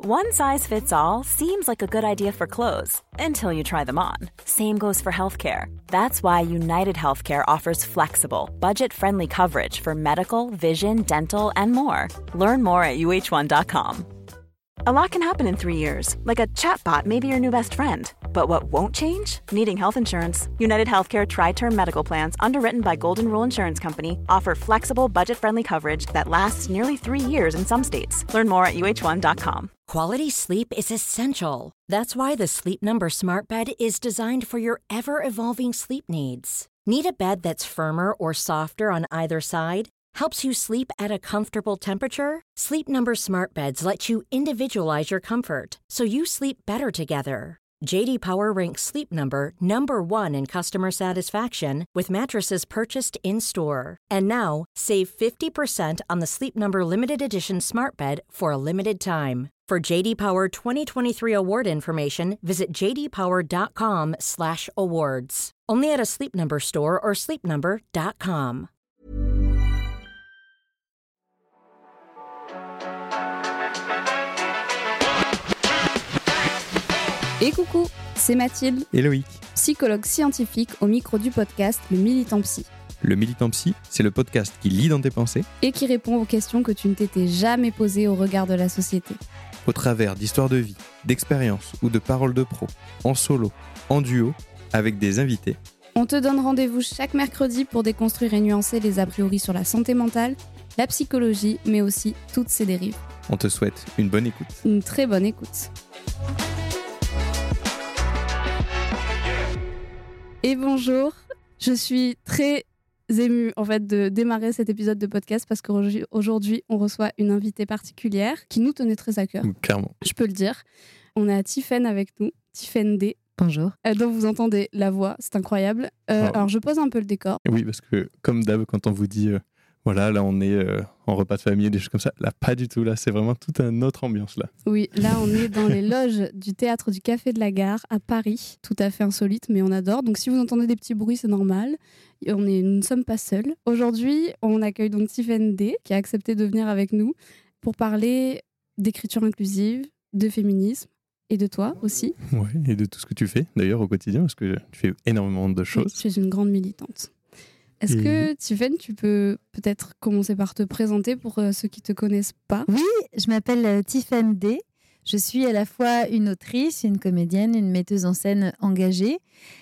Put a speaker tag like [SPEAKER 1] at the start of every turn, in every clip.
[SPEAKER 1] One size fits all seems like a good idea for clothes until you try them on. Same goes for healthcare. That's why United Healthcare offers flexible, budget-friendly coverage for medical, vision, dental, and more. Learn more at uh1.com. A lot can happen in 3 years, like a chatbot may be your new best friend. But what won't change? Needing health insurance. United Healthcare Tri-Term Medical Plans, underwritten by Golden Rule Insurance Company, offer flexible, budget-friendly coverage that lasts nearly 3 years in some states. Learn more at uh1.com.
[SPEAKER 2] Quality sleep is essential. That's why the Sleep Number Smart Bed is designed for your ever-evolving sleep needs. Need a bed that's firmer or softer on either side? Helps you sleep at a comfortable temperature? Sleep Number Smart Beds let you individualize your comfort, so you sleep better together. J.D. Power ranks Sleep Number number 1 in customer satisfaction with mattresses purchased in-store. And now, save 50% on the Sleep Number Limited Edition Smart Bed for a limited time. For J.D. Power 2023 award information, visit jdpower.com/awards. Only at a Sleep Number store or sleepnumber.com.
[SPEAKER 3] Et coucou, c'est Mathilde,
[SPEAKER 4] et Loïc,
[SPEAKER 3] psychologue scientifique au micro du podcast Le Militant Psy.
[SPEAKER 4] Le Militant Psy, c'est le podcast qui lit dans tes pensées
[SPEAKER 3] et qui répond aux questions que tu ne t'étais jamais posées au regard de la société.
[SPEAKER 4] Au travers d'histoires de vie, d'expériences ou de paroles de pros, en solo, en duo, avec des invités.
[SPEAKER 3] On te donne rendez-vous chaque mercredi pour déconstruire et nuancer les a priori sur la santé mentale, la psychologie, mais aussi toutes ses dérives.
[SPEAKER 4] On te souhaite une bonne écoute.
[SPEAKER 3] Une très bonne écoute. Et bonjour, je suis très émue en fait de démarrer cet épisode de podcast parce qu'aujourd'hui on reçoit une invitée particulière qui nous tenait très à cœur.
[SPEAKER 4] Clairement.
[SPEAKER 3] Je peux le dire. On a Tiffaine avec nous, Tiffaine D.
[SPEAKER 5] Bonjour.
[SPEAKER 3] Dont vous entendez la voix, c'est incroyable. Alors je pose un peu le décor.
[SPEAKER 4] Oui, parce que comme d'hab, quand on vous dit voilà, là on est en repas de famille, des choses comme ça, là pas du tout, là c'est vraiment toute une autre ambiance là.
[SPEAKER 3] Oui, là on est dans les loges du théâtre du Café de la Gare à Paris, tout à fait insolite mais on adore, donc si vous entendez des petits bruits c'est normal, nous ne sommes pas seuls. Aujourd'hui on accueille donc Tiffaine D qui a accepté de venir avec nous pour parler d'écriture inclusive, de féminisme et de toi aussi.
[SPEAKER 4] Ouais, et de tout ce que tu fais d'ailleurs au quotidien parce que tu fais énormément de choses.
[SPEAKER 3] Oui, je suis une grande militante. Est-ce que, Tiffaine, tu peux peut-être commencer par te présenter pour ceux qui ne te connaissent pas ?
[SPEAKER 5] Oui, je m'appelle Tiffaine D. Je suis à la fois une autrice, une comédienne, une metteuse en scène engagée.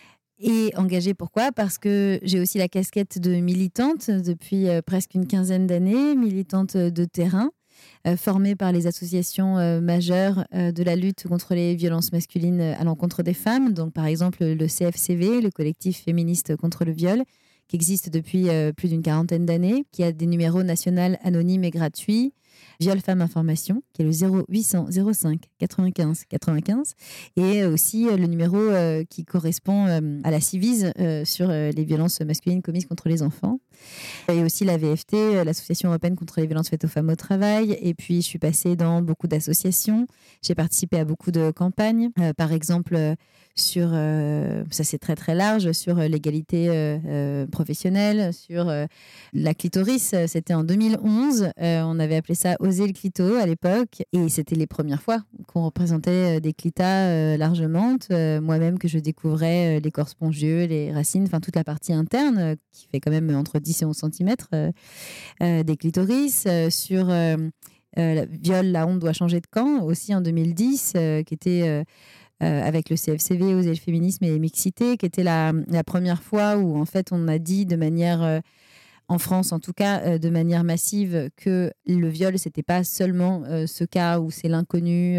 [SPEAKER 5] Et engagée pourquoi ? Parce que j'ai aussi la casquette de militante depuis presque une quinzaine d'années, militante de terrain, formée par les associations majeures de la lutte contre les violences masculines à l'encontre des femmes. Donc par exemple le CFCV, le collectif féministe contre le viol, qui existe depuis plus d'une quarantaine d'années, qui a des numéros nationaux anonymes et gratuits. Viol Femmes Information, qui est le 0800 05 95 95. Et aussi le numéro qui correspond à la Civise sur les violences masculines commises contre les enfants. Et aussi la VFT, l'Association européenne contre les violences faites aux femmes au travail. Et puis, je suis passée dans beaucoup d'associations. J'ai participé à beaucoup de campagnes. Par exemple, sur, ça c'est très très large, sur l'égalité professionnelle, sur la clitoris. C'était en 2011. On avait appelé ça Oser le clito à l'époque. Et c'était les premières fois qu'on représentait des clitas largement. Moi-même, que je découvrais les corps spongieux, les racines, enfin toute la partie interne qui fait quand même entre 10 et 11 cm des clitoris. Sur viol, la honte doit changer de camp, aussi en 2010, qui était... avec le CFCV, Oser le féminisme et les mixités, qui était la première fois où en fait on a dit de manière, en France en tout cas, de manière massive que le viol c'était pas seulement ce cas où c'est l'inconnu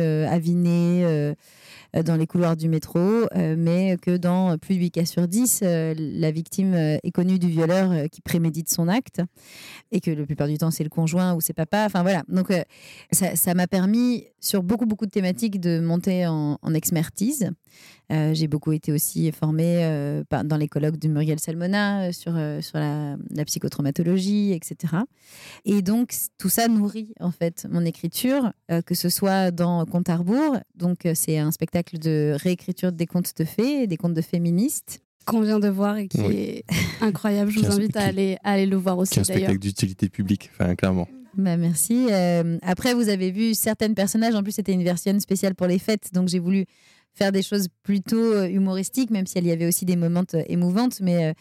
[SPEAKER 5] aviné dans les couloirs du métro, mais que dans plus de 8 cas sur 10, la victime est connue du violeur qui prémédite son acte et que la plupart du temps c'est le conjoint ou c'est papa. Enfin voilà, donc ça m'a permis sur beaucoup de thématiques de monter en expertise. J'ai beaucoup été aussi formée dans les colloques de Muriel Salmona sur la psychotraumatologie, etc. Et donc, tout ça nourrit en fait mon écriture, que ce soit dans Contes à rebours, donc c'est un spectacle de réécriture des contes de fées, des contes de féministes.
[SPEAKER 3] Qu'on vient de voir et qui est incroyable. Je vous invite à aller le voir aussi
[SPEAKER 4] C'est un
[SPEAKER 3] d'ailleurs.
[SPEAKER 4] spectacle d'utilité publique, enfin, clairement.
[SPEAKER 5] Merci. Après, vous avez vu certains personnages. En plus, c'était une version spéciale pour les fêtes. Donc, j'ai voulu faire des choses plutôt humoristiques, même si il y avait aussi des moments émouvantes. Mais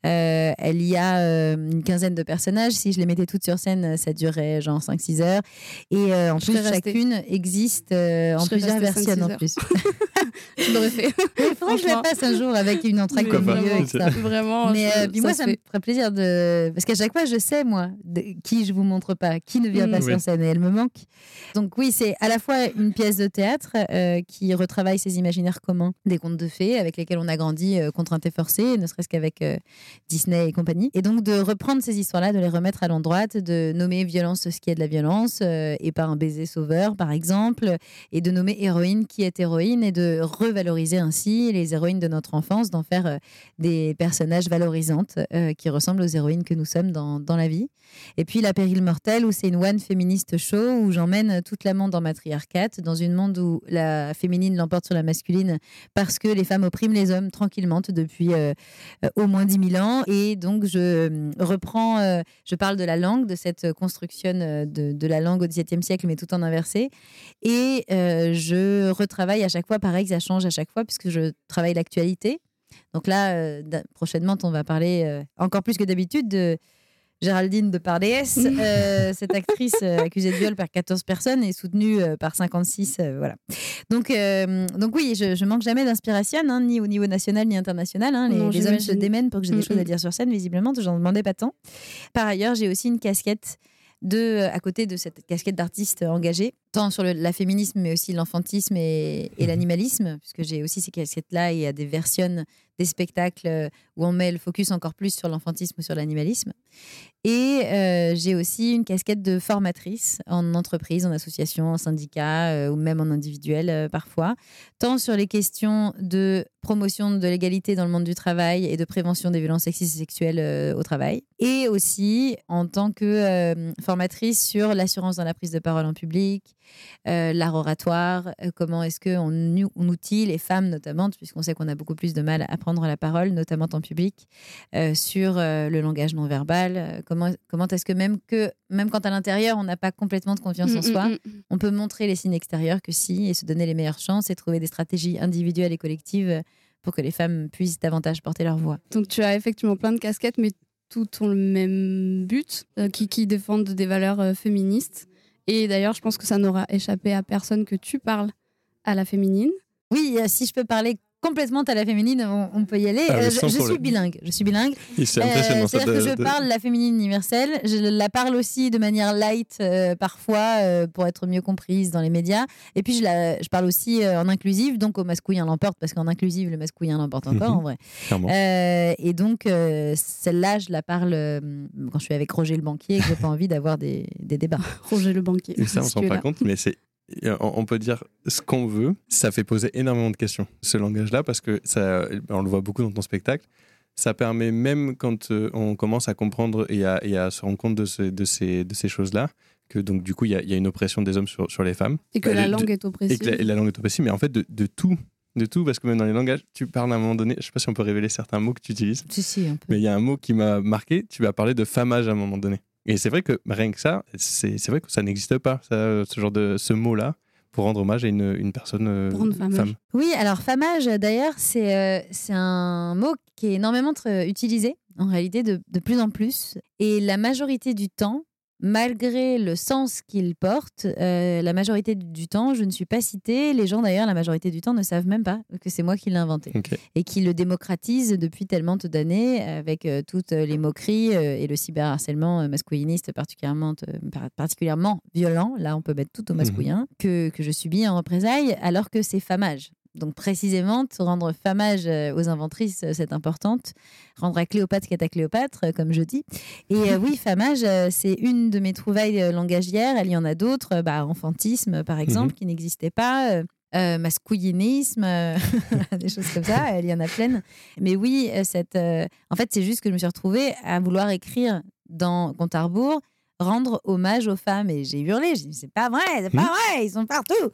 [SPEAKER 5] il y a une quinzaine de personnages. Si je les mettais toutes sur scène, ça durerait genre 5-6 heures. Et en plus, chacune existe en plusieurs versions en plus.
[SPEAKER 3] Je l'aurais fait.
[SPEAKER 5] Il faudrait que je la fasse un jour avec une entracte au milieu.
[SPEAKER 3] Vraiment.
[SPEAKER 5] Mais puis moi, ça me ferait plaisir parce qu'à chaque fois, je sais, moi, qui je vous montre pas, qui ne vient pas sur scène, et elle me manque. Donc oui, c'est à la fois une pièce de théâtre qui retravaille ces imaginaires communs des contes de fées avec lesquels on a grandi contraintes et forcées, ne serait-ce qu'avec Disney et compagnie. Et donc de reprendre ces histoires-là, de les remettre à l'endroit, de nommer violence ce qui est de la violence, et pas un baiser sauveur, par exemple, et de nommer héroïne qui est héroïne, et de revaloriser ainsi les héroïnes de notre enfance, d'en faire des personnages valorisantes qui ressemblent aux héroïnes que nous sommes dans la vie. Et puis La Pérille Mortelle, où c'est une one féministe show, où j'emmène toute la monde en matriarcat, dans une monde où la féminine l'emporte sur la masculine, parce que les femmes oppriment les hommes tranquillement depuis au moins 10 000 ans. Et donc je reprends, je parle de la langue, de cette construction de la langue au XVIIe siècle, mais tout en inversé. Et je retravaille à chaque fois, pareil, ça change à chaque fois, puisque je travaille l'actualité. Donc là, prochainement, on va parler encore plus que d'habitude de Géraldine de Pardies, cette actrice accusée de viol par 14 personnes et soutenue par 56. Voilà. Donc oui, je manque jamais d'inspiration, ni au niveau national ni international. Les hommes se démènent pour que j'ai des choses à dire sur scène, visiblement. J'en demandais pas tant. Par ailleurs, j'ai aussi une casquette à côté de cette casquette d'artiste engagée, tant sur l'aféminisme, mais aussi l'enfantisme et l'animalisme, puisque j'ai aussi ces casquettes-là. Il y a des versions des spectacles où on met le focus encore plus sur l'enfantisme ou sur l'animalisme. Et j'ai aussi une casquette de formatrice en entreprise, en association, en syndicat ou même en individuel parfois, tant sur les questions de promotion de l'égalité dans le monde du travail et de prévention des violences sexistes et sexuelles au travail, et aussi en tant que formatrice sur l'assurance dans la prise de parole en public, l'art oratoire, comment est-ce qu'on outille les femmes notamment, puisqu'on sait qu'on a beaucoup plus de mal à prendre la parole, notamment en public, sur le langage non verbal, comment est-ce que même quand à l'intérieur on n'a pas complètement de confiance en soi, on peut montrer les signes extérieurs que si, et se donner les meilleures chances et trouver des stratégies individuelles et collectives pour que les femmes puissent davantage porter leur voix.
[SPEAKER 3] Donc tu as effectivement plein de casquettes, mais toutes ont le même but, qui défendent des valeurs féministes. Et d'ailleurs, je pense que ça n'aura échappé à personne que tu parles à la féminine.
[SPEAKER 5] Oui, si je peux parler complètement à la féminine, on peut y aller. Je suis bilingue.
[SPEAKER 4] C'est impressionnant.
[SPEAKER 5] C'est-à-dire que je parle la féminine universelle. Je la parle aussi de manière light parfois pour être mieux comprise dans les médias. Et puis je parle aussi en inclusive, donc au masculin l'emporte, parce qu'en inclusive, le masculin l'emporte encore en vrai. Et donc celle-là, je la parle quand je suis avec Roger le banquier et que j'ai pas envie d'avoir des débats.
[SPEAKER 3] Roger le banquier.
[SPEAKER 4] Et ça, on s'en rend pas compte, mais on peut dire ce qu'on veut. Ça fait poser énormément de questions, ce langage-là, parce que on le voit beaucoup dans ton spectacle. Ça permet, même quand on commence à comprendre et à se rendre compte de ces choses-là, que donc du coup il y a une oppression des hommes sur les femmes.
[SPEAKER 3] Et que la langue est oppressive.
[SPEAKER 4] Et que la langue est oppressive, mais en fait de tout, parce que même dans les langages, tu parles à un moment donné, je ne sais pas si on peut révéler certains mots que tu utilises,
[SPEAKER 5] si, un peu.
[SPEAKER 4] Mais il y a un mot qui m'a marqué, tu vas parler de famage à un moment donné. Et c'est vrai que rien que ça, c'est vrai que ça n'existe pas, ce mot-là, pour rendre hommage à une personne femme.
[SPEAKER 5] Oui, alors famage, d'ailleurs, c'est un mot qui est énormément utilisé, en réalité, de plus en plus. Et la majorité du temps, malgré le sens qu'il porte, la majorité du temps, je ne suis pas citée. Les gens, d'ailleurs, la majorité du temps, ne savent même pas que c'est moi qui l'ai inventé. Okay. Et qui le démocratise depuis tellement d'années, avec toutes les moqueries et le cyberharcèlement masculiniste particulièrement violent. Là, on peut mettre tout au masculin, que je subis en représailles, alors que c'est famage. Donc précisément, rendre famage aux inventrices, c'est important. Rendre à Cléopâtre ce qui est à Cléopâtre, comme je dis. Et oui, famage, c'est une de mes trouvailles langagières. Il y en a d'autres. Enfantisme, par exemple, qui n'existait pas. Masculinisme, des choses comme ça. Il y en a plein. Mais oui, en fait, c'est juste que je me suis retrouvée à vouloir écrire dans Compte à rebours, rendre hommage aux femmes, et j'ai hurlé, j'ai dit c'est pas vrai, ils sont partout.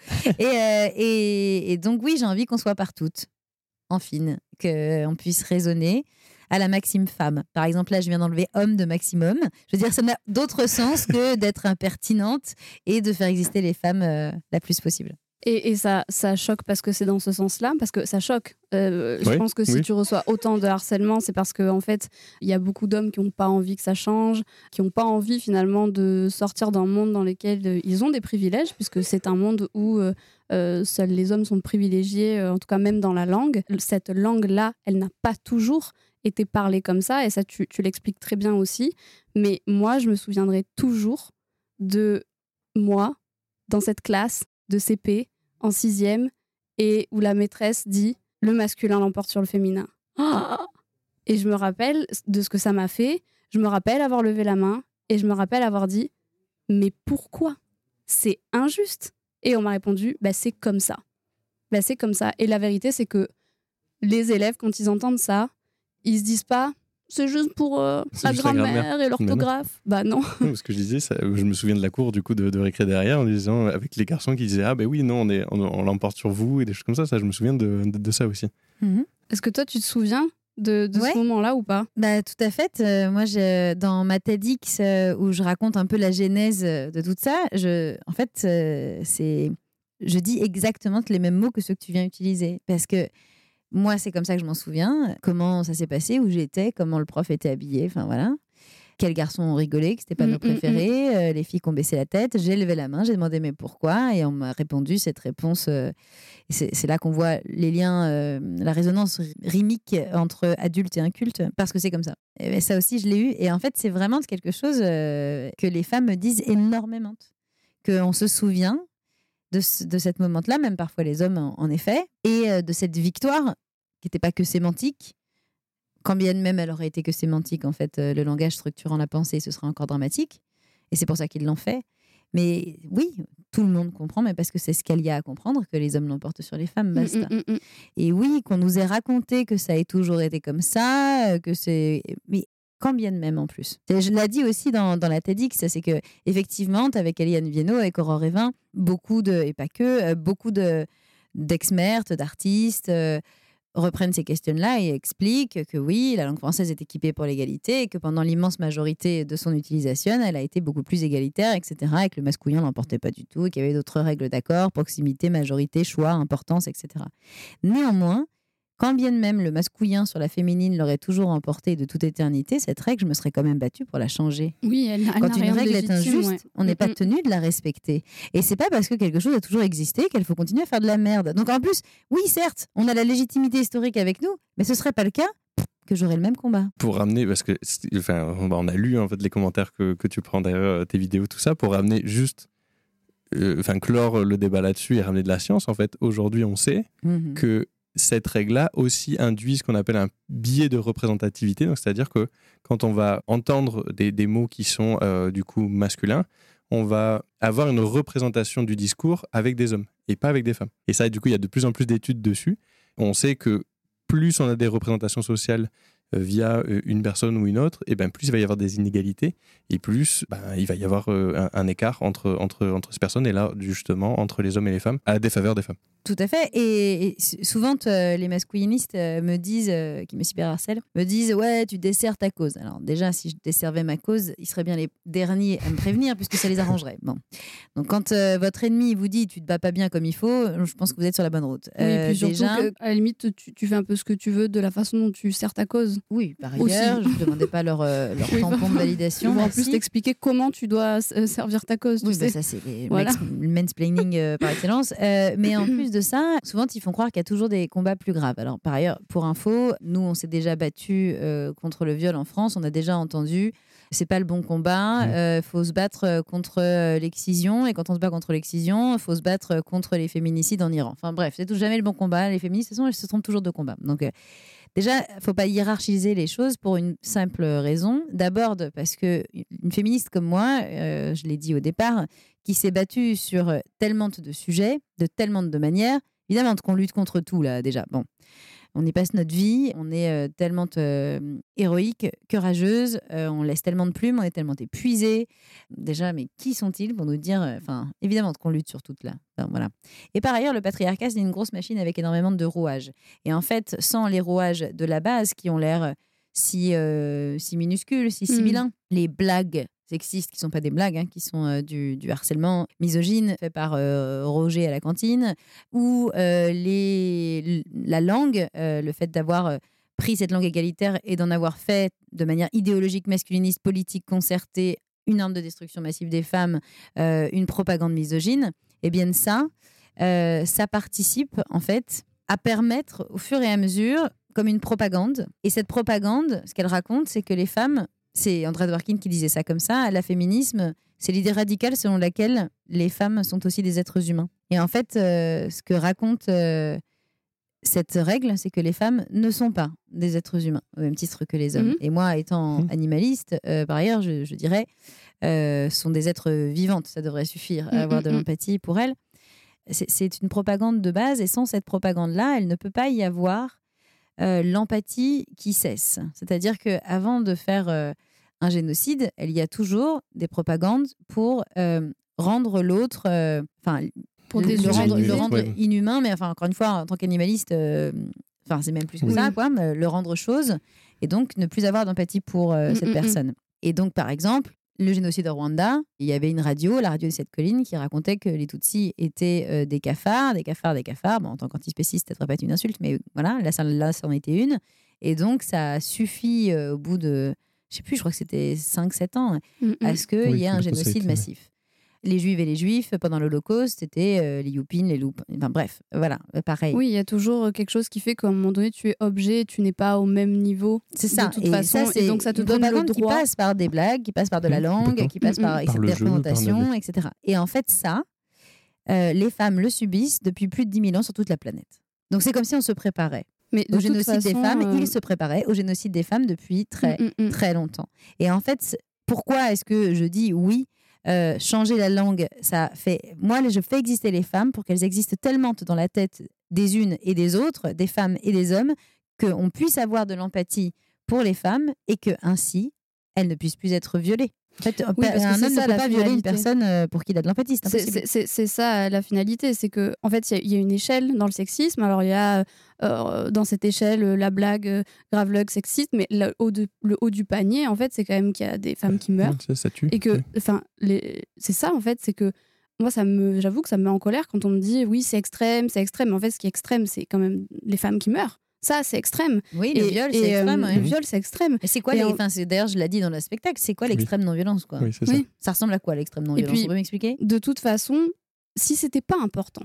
[SPEAKER 5] Et donc oui, j'ai envie qu'on soit partout, en fine, qu'on puisse raisonner à la maxime femme. Par exemple, là, je viens d'enlever homme de maximum. Je veux dire, ça n'a d'autre sens que d'être impertinente et de faire exister les femmes la plus possible.
[SPEAKER 3] Et ça choque parce que c'est dans ce sens-là, parce que ça choque. Je pense que si tu reçois autant de harcèlement, c'est parce qu'en fait, il y a beaucoup d'hommes qui n'ont pas envie que ça change, qui n'ont pas envie finalement de sortir d'un monde dans lequel ils ont des privilèges, puisque c'est un monde où seuls les hommes sont privilégiés, en tout cas même dans la langue. Cette langue-là, elle n'a pas toujours été parlée comme ça, et ça, tu l'expliques très bien aussi. Mais moi, je me souviendrai toujours de moi, dans cette classe de CP, en 6e, et où la maîtresse dit « le masculin l'emporte sur le féminin ». Et je me rappelle de ce que ça m'a fait, je me rappelle avoir levé la main, et je me rappelle avoir dit « mais pourquoi ? C'est injuste ». Et on m'a répondu « c'est comme ça ». C'est comme ça. Et la vérité, c'est que les élèves, quand ils entendent ça, ils se disent pas c'est juste pour la grammaire et l'orthographe. Non.
[SPEAKER 4] Parce que je disais, je me souviens de la cour du coup de récré derrière, en disant avec les garçons qui disaient oui, non, on l'emporte sur vous et des choses comme ça. Ça, je me souviens de ça aussi.
[SPEAKER 5] Mm-hmm.
[SPEAKER 3] Est-ce que toi, tu te souviens de ce moment-là ou pas ?
[SPEAKER 5] Tout à fait. Moi, dans ma TEDx où je raconte un peu la genèse de tout ça, je dis exactement les mêmes mots que ceux que tu viens d'utiliser, parce que moi, c'est comme ça que je m'en souviens. Comment ça s'est passé, où j'étais, comment le prof était habillé, enfin voilà. Quels garçons ont rigolé, que c'était pas nos préférés, les filles qui ont baissé la tête. J'ai levé la main, j'ai demandé mais pourquoi, et on m'a répondu cette réponse. Et c'est là qu'on voit les liens, la résonance rhythmique entre adulte et inculte, parce que c'est comme ça. Et ça aussi, je l'ai eu. Et en fait, c'est vraiment quelque chose que les femmes me disent énormément, qu'on se souvient de cette moment-là, même parfois les hommes en effet, et de cette victoire qui n'était pas que sémantique, quand bien même elle aurait été que sémantique, en fait, le langage structurant la pensée, ce serait encore dramatique, et c'est pour ça qu'ils l'ont fait. Mais oui, tout le monde comprend, mais parce que c'est ce qu'il y a à comprendre, que les hommes l'emportent sur les femmes, basta. Et oui, qu'on nous ait raconté que ça ait toujours été comme ça, que c'est... Mais quand bien même en plus. Je l'ai dit aussi dans la TEDx, c'est que effectivement, tu avec Eliane Viennot, avec Aurore Evin, beaucoup d'ex-mères, d'artistes reprennent ces questions-là et expliquent que oui, la langue française est équipée pour l'égalité et que pendant l'immense majorité de son utilisation, elle a été beaucoup plus égalitaire, etc. Et que le masculin ne l'emportait pas du tout et qu'il y avait d'autres règles d'accord, proximité, majorité, choix, importance, etc. Néanmoins, quand bien même le masculin sur la féminine l'aurait toujours emporté de toute éternité, cette règle, je me serais quand même battue pour la changer.
[SPEAKER 3] Oui, elle
[SPEAKER 5] quand une règle est injuste,
[SPEAKER 3] ouais.
[SPEAKER 5] On n'est pas tenu de la respecter. Et c'est pas parce que quelque chose a toujours existé qu'elle faut continuer à faire de la merde. Donc en plus, oui, certes, on a la légitimité historique avec nous, mais ce serait pas le cas que j'aurais le même combat.
[SPEAKER 4] Pour ramener, parce que on a lu en fait les commentaires que tu prends derrière tes vidéos, tout ça, pour ramener juste, clore le débat là-dessus et ramener de la science. En fait, aujourd'hui, on sait que cette règle-là aussi induit ce qu'on appelle un biais de représentativité. Donc, c'est-à-dire que quand on va entendre des mots qui sont du coup masculins, on va avoir une représentation du discours avec des hommes et pas avec des femmes. Et ça, du coup, il y a de plus en plus d'études dessus. On sait que plus on a des représentations sociales via une personne ou une autre, et plus il va y avoir des inégalités et plus il va y avoir un écart entre ces personnes, et là justement entre les hommes et les femmes à la défaveur des femmes.
[SPEAKER 5] Tout à fait. Et souvent, les masculinistes me disent, qui me cyberharcèlent, me disent ouais, tu desserres ta cause. Alors déjà, si je desservais ma cause, ils seraient bien les derniers à me prévenir puisque ça les arrangerait. Bon. Donc quand votre ennemi vous dit tu te bas pas bien comme il faut, je pense que vous êtes sur la bonne route.
[SPEAKER 3] Oui, et puis surtout qu'à la limite, tu fais un peu ce que tu veux de la façon dont tu sers ta cause.
[SPEAKER 5] Oui, par ailleurs, je ne demandais pas leur tampon de validation.
[SPEAKER 3] En plus, t'expliquer comment tu dois servir ta cause.
[SPEAKER 5] Oui, ça c'est le mansplaining par excellence. Mais en plus de ça, souvent ils font croire qu'il y a toujours des combats plus graves. Alors par ailleurs, pour info, nous on s'est déjà battus contre le viol en France. On a déjà entendu c'est pas le bon combat, faut se battre contre l'excision, et quand on se bat contre l'excision, faut se battre contre les féminicides en Iran. Enfin bref, c'est tout jamais le bon combat. Les féministes, de toute façon, elles se trompent toujours de combat. Donc déjà, faut pas hiérarchiser les choses pour une simple raison. D'abord parce que une féministe comme moi, je l'ai dit au départ, qui s'est battue sur tellement de sujets, de tellement de manières, évidemment qu'on lutte contre tout là déjà. Bon. On y passe notre vie, on est tellement héroïque, courageuse, on laisse tellement de plumes, on est tellement épuisé. Déjà, mais qui sont-ils pour nous dire... évidemment qu'on lutte sur tout là. Voilà. Et par ailleurs, le patriarcat, c'est une grosse machine avec énormément de rouages. Et en fait, sans les rouages de la base qui ont l'air si minuscule, si sibyllin. Les blagues sexistes qui ne sont pas des blagues, hein, qui sont du harcèlement misogyne fait par Roger à la cantine, ou la langue, le fait d'avoir pris cette langue égalitaire et d'en avoir fait de manière idéologique, masculiniste, politique, concertée, une arme de destruction massive des femmes, une propagande misogyne, eh bien ça participe en fait à permettre au fur et à mesure comme une propagande. Et cette propagande, ce qu'elle raconte, c'est que les femmes, c'est André Dworkin qui disait ça comme ça, la féminisme, c'est l'idée radicale selon laquelle les femmes sont aussi des êtres humains. Et en fait, ce que raconte cette règle, c'est que les femmes ne sont pas des êtres humains, au même titre que les hommes. Et moi, étant animaliste, par ailleurs, je dirais, sont des êtres vivantes. Ça devrait suffire à avoir de l'empathie pour elles. C'est une propagande de base, et sans cette propagande-là, il ne peut pas y avoir l'empathie qui cesse. C'est-à-dire qu'avant de faire un génocide, il y a toujours des propagandes pour rendre l'autre... pour le rendre inhumain, mais encore une fois, en tant qu'animaliste, c'est même plus que ça, quoi, mais le rendre chose, et donc ne plus avoir d'empathie pour cette personne. Et donc, par exemple, le génocide au Rwanda, il y avait une radio, la radio des 7 collines, qui racontait que les Tutsis étaient des cafards. Bon, en tant qu'antispéciste, ça ne devrait pas être une insulte, mais voilà, là, ça en était une. Et donc, ça a suffi au bout de, je ne sais plus, je crois que c'était 5-7 ans, à ce qu'il y ait un génocide massif. Les Juives et les Juifs, pendant l'Holocauste, c'était les Youpines, les Loups. Enfin bref, voilà, pareil.
[SPEAKER 3] Oui, il y a toujours quelque chose qui fait qu'à un moment donné, tu es objet, tu n'es pas au même niveau.
[SPEAKER 5] C'est ça.
[SPEAKER 3] De toute façon,
[SPEAKER 5] ça, c'est
[SPEAKER 3] et donc ça te donne le droit.
[SPEAKER 5] Qui passe par des blagues, qui passe par de la langue, qui passe par des représentations, etc. Et en fait, ça, les femmes le subissent depuis plus de 10 000 ans sur toute la planète. Donc c'est comme si on se préparait. Mais au génocide des femmes, ils se préparaient au génocide des femmes depuis très, très longtemps. Et en fait, pourquoi est-ce que je dis oui ? Changer la langue, ça fait... Moi, je fais exister les femmes pour qu'elles existent tellement dans la tête des unes et des autres, des femmes et des hommes, qu'on puisse avoir de l'empathie pour les femmes et que ainsi elles ne puissent plus être violées. En fait, un homme ne peut pas violer une personne pour qui il a de l'empathie.
[SPEAKER 3] C'est ça la finalité, c'est que en fait il y a une échelle dans le sexisme. Alors il y a dans cette échelle la blague gravelug sexiste, mais le haut du panier en fait c'est quand même qu'il y a des femmes qui meurent.
[SPEAKER 4] Ça tue.
[SPEAKER 3] Et que c'est ça en fait, c'est que moi j'avoue que ça me met en colère quand on me dit oui c'est extrême. Mais en fait ce qui est extrême c'est quand même les femmes qui meurent. Ça, c'est extrême.
[SPEAKER 5] Oui, le viol, c'est extrême.
[SPEAKER 3] Le viol, c'est extrême.
[SPEAKER 5] Et c'est quoi d'ailleurs, je l'ai dit dans le spectacle, c'est quoi l'extrême non-violence, quoi ?
[SPEAKER 4] Oui, c'est ça.
[SPEAKER 5] Ça ressemble à quoi, l'extrême non-violence ? Vous pouvez m'expliquer ?
[SPEAKER 3] De toute façon, si c'était pas important,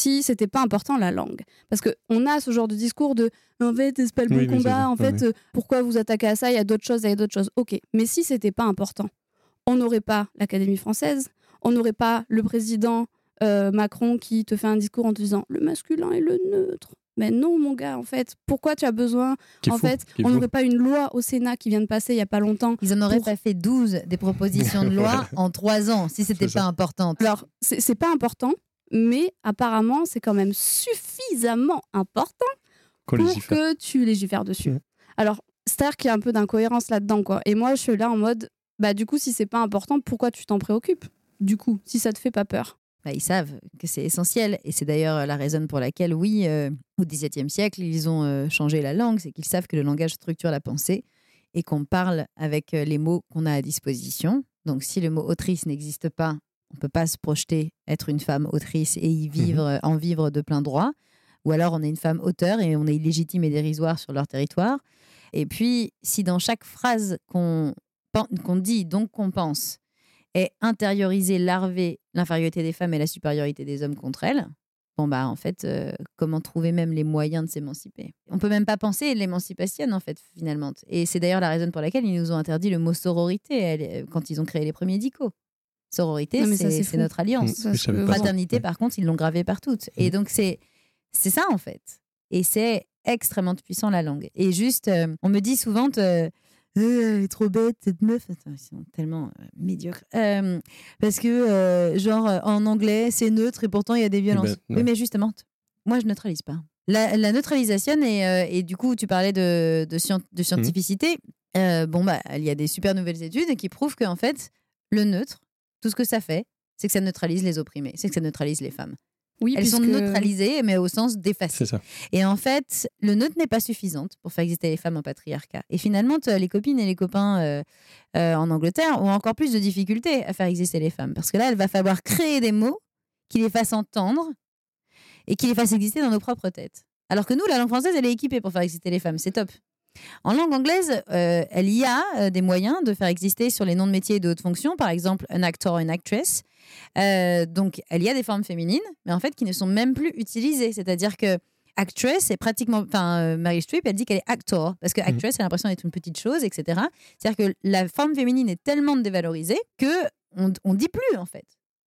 [SPEAKER 3] la langue, parce qu'on a ce genre de discours de en fait, c'est pas le bon combat, en fait, pourquoi vous attaquez à ça ? Il y a d'autres choses, Ok, mais si c'était pas important, on n'aurait pas l'Académie française, on n'aurait pas le président Macron qui te fait un discours en te disant le masculin et le neutre. Mais non, mon gars, en fait, pourquoi tu as besoin ? On n'aurait pas une loi au Sénat qui vient de passer il n'y a pas longtemps.
[SPEAKER 5] Ils en auraient pas fait 12 des propositions de loi en 3 ans, si c'était pas important.
[SPEAKER 3] Alors, c'est pas important, mais apparemment, c'est quand même suffisamment important pour que tu légifères dessus. Alors, c'est-à-dire qu'il y a un peu d'incohérence là-dedans, quoi. Et moi, je suis là en mode, du coup, si c'est pas important, pourquoi tu t'en préoccupes ? Du coup, si ça te fait pas peur.
[SPEAKER 5] Ils savent que c'est essentiel. Et c'est d'ailleurs la raison pour laquelle, oui, au XVIIe siècle, ils ont changé la langue. C'est qu'ils savent que le langage structure la pensée et qu'on parle avec les mots qu'on a à disposition. Donc, si le mot autrice n'existe pas, on ne peut pas se projeter être une femme autrice et y vivre, en vivre de plein droit. Ou alors, on est une femme auteur et on est illégitime et dérisoire sur leur territoire. Et puis, si dans chaque phrase qu'on dit, donc qu'on pense, est intérioriser, larver l'infériorité des femmes et la supériorité des hommes contre elles, en fait, comment trouver même les moyens de s'émanciper ? On peut même pas penser l'émancipation, en fait, finalement. Et c'est d'ailleurs la raison pour laquelle ils nous ont interdit le mot sororité quand ils ont créé les premiers dicos. Sororité, c'est notre alliance. Fraternité, par contre, ils l'ont gravé partout. Et donc, c'est ça, en fait. Et c'est extrêmement puissant, la langue. Et juste, on me dit souvent... elle est trop bête cette meuf. Attends, ils sont tellement médiocres parce que en anglais c'est neutre et pourtant il y a des violences. Oui, mais justement moi je neutralise pas la neutralisation et du coup tu parlais de scientificité. Il y a des super nouvelles études qui prouvent qu'en fait le neutre, tout ce que ça fait, c'est que ça neutralise les opprimés, c'est que ça neutralise les femmes.
[SPEAKER 3] Oui,
[SPEAKER 5] Elles sont
[SPEAKER 3] puisque-
[SPEAKER 5] neutralisées, mais au sens d'effacer.
[SPEAKER 4] C'est ça.
[SPEAKER 5] Et en fait, le neutre n'est pas suffisante pour faire exister les femmes en patriarcat. Et finalement, les copines et les copains en Angleterre ont encore plus de difficultés à faire exister les femmes. Parce que là, il va falloir créer des mots qui les fassent entendre et qui les fassent exister dans nos propres têtes. Alors que nous, la langue française, elle est équipée pour faire exister les femmes. C'est top. En langue anglaise, il y a des moyens de faire exister sur les noms de métiers et de hautes fonctions, par exemple un actor, une actress. Donc, il y a des formes féminines, mais en fait, qui ne sont même plus utilisées. C'est-à-dire que actress, c'est pratiquement. Enfin, Meryl Streep, elle dit qu'elle est actor, parce que actress, elle a l'impression d'être une petite chose, etc. C'est-à-dire que la forme féminine est tellement dévalorisée qu'on dit plus, en fait.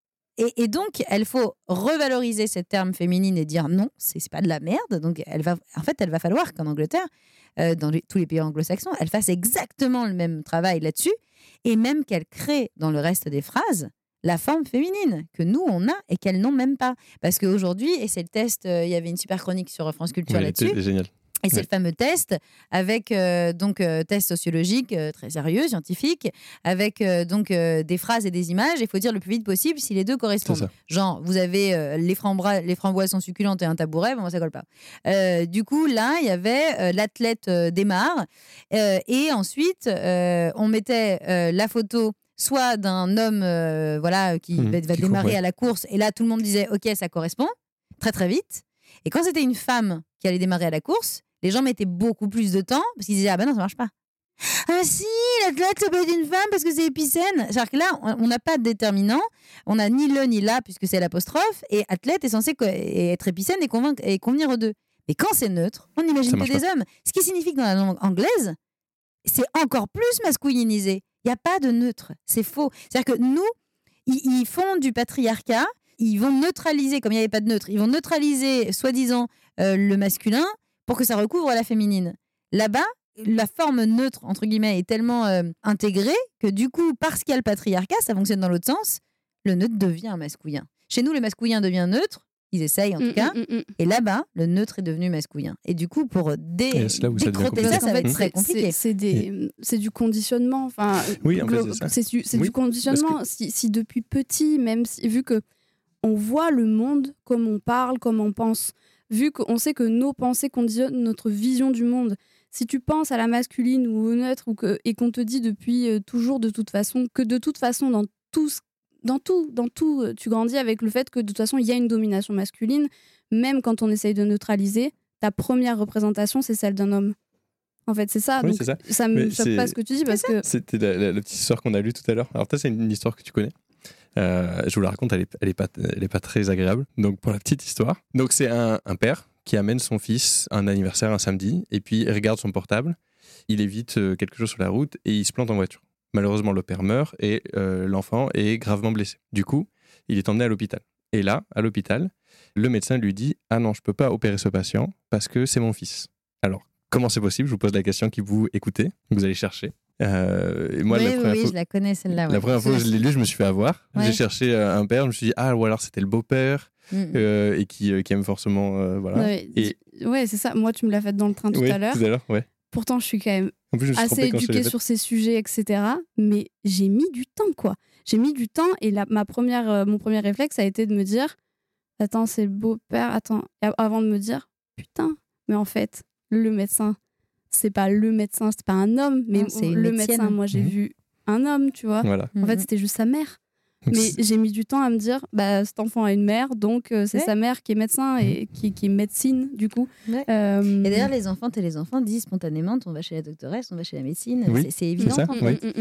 [SPEAKER 5] Et donc, il faut revaloriser ce terme féminine et dire non, c'est pas de la merde. Donc, elle va falloir qu'en Angleterre, dans tous les pays anglo-saxons, elle fasse exactement le même travail là-dessus, et même qu'elle crée dans le reste des phrases la forme féminine que nous, on a et qu'elles n'ont même pas. Parce qu'aujourd'hui, et c'est le test, il y avait une super chronique sur France Culture là-dessus.
[SPEAKER 4] C'est génial.
[SPEAKER 5] Et c'est le fameux test, avec test sociologique très sérieux, scientifique, avec des phrases et des images. Il faut dire le plus vite possible si les deux correspondent. Genre, vous avez les framboises sont succulentes et un tabouret, bon, ça colle pas. Du coup, là, il y avait l'athlète démarre. Et ensuite, on mettait la photo soit d'un homme qui va démarrer à la course. Et là, tout le monde disait, OK, ça correspond, très très vite. Et quand c'était une femme qui allait démarrer à la course, les gens mettaient beaucoup plus de temps parce qu'ils disaient, ah ben non, ça marche pas. Ah si, l'athlète, ça peut être une femme parce que c'est épicène. C'est-à-dire que là, on n'a pas de déterminant. On n'a ni le ni la puisque c'est l'apostrophe. Et athlète est censé être épicène et convenir aux deux. Mais quand c'est neutre, on n'imagine que des hommes. Ce qui signifie que dans la langue anglaise, c'est encore plus masculinisé. Il n'y a pas de neutre. C'est faux. C'est-à-dire que nous, ils font du patriarcat. Ils vont neutraliser, comme il n'y avait pas de neutre, ils vont neutraliser, soi-disant, le masculin pour que ça recouvre la féminine. Là-bas, la forme neutre, entre guillemets, est tellement intégrée que du coup, parce qu'il y a le patriarcat, ça fonctionne dans l'autre sens, le neutre devient un masculin. Chez nous, le masculin devient neutre, ils essayent en tout cas, et là-bas, le neutre est devenu masculin. Et du coup, pour décroter ça va être très compliqué.
[SPEAKER 3] C'est du conditionnement. Enfin,
[SPEAKER 4] oui, en fait, c'est ça.
[SPEAKER 3] C'est du conditionnement. Si depuis petit, même vu que on voit le monde comme on parle, comme on pense, vu qu'on sait que nos pensées conditionnent notre vision du monde. Si tu penses à la masculine ou au neutre et qu'on te dit depuis toujours de toute façon que de toute façon dans tout, tu grandis avec le fait que de toute façon il y a une domination masculine, même quand on essaye de neutraliser, ta première représentation c'est celle d'un homme. En fait, c'est ça.
[SPEAKER 4] Oui,
[SPEAKER 3] donc,
[SPEAKER 4] c'est
[SPEAKER 3] ça me choque pas ce que tu dis parce que
[SPEAKER 4] c'était la petite histoire qu'on a lue tout à l'heure. Alors toi, c'est une histoire que tu connais. Je vous la raconte, elle est pas très agréable. Donc pour la petite histoire, donc c'est un père qui amène son fils à un anniversaire un samedi et puis il regarde son portable, il évite quelque chose sur la route et il se plante en voiture. Malheureusement, le père meurt et l'enfant est gravement blessé. Du coup, il est emmené à l'hôpital. Et là, à l'hôpital, le médecin lui dit « Ah non, je peux pas opérer ce patient parce que c'est mon fils. » Alors, comment c'est possible ? Je vous pose la question qui vous écoutez, vous allez chercher. Et moi,
[SPEAKER 5] je la connais celle-là.
[SPEAKER 4] La première fois que je l'ai lu, je me suis fait avoir. Ouais. J'ai cherché un père, je me suis dit ou alors c'était le beau-père et qui aime forcément voilà.
[SPEAKER 3] Ouais, c'est ça. Moi, tu me l'as fait dans le train tout à l'heure.
[SPEAKER 4] Ouais.
[SPEAKER 3] Pourtant, je suis quand même assez éduquée sur ces sujets, etc. Mais j'ai mis du temps, quoi. J'ai mis du temps et mon premier réflexe a été de me dire attends, c'est le beau-père. Attends, avant de me dire putain, mais en fait, le médecin. C'est pas le médecin, c'est pas un homme, mais c'est le médecin. Moi, j'ai vu un homme, tu vois. Voilà. En fait, c'était juste sa mère. Mais j'ai mis du temps à me dire, cet enfant a une mère, donc c'est sa mère qui est médecin et qui est médecine, du coup.
[SPEAKER 5] Ouais. Et d'ailleurs, les enfants disent spontanément, on va chez la doctoresse, on va chez la médecine. Oui, c'est évident.
[SPEAKER 4] Ça,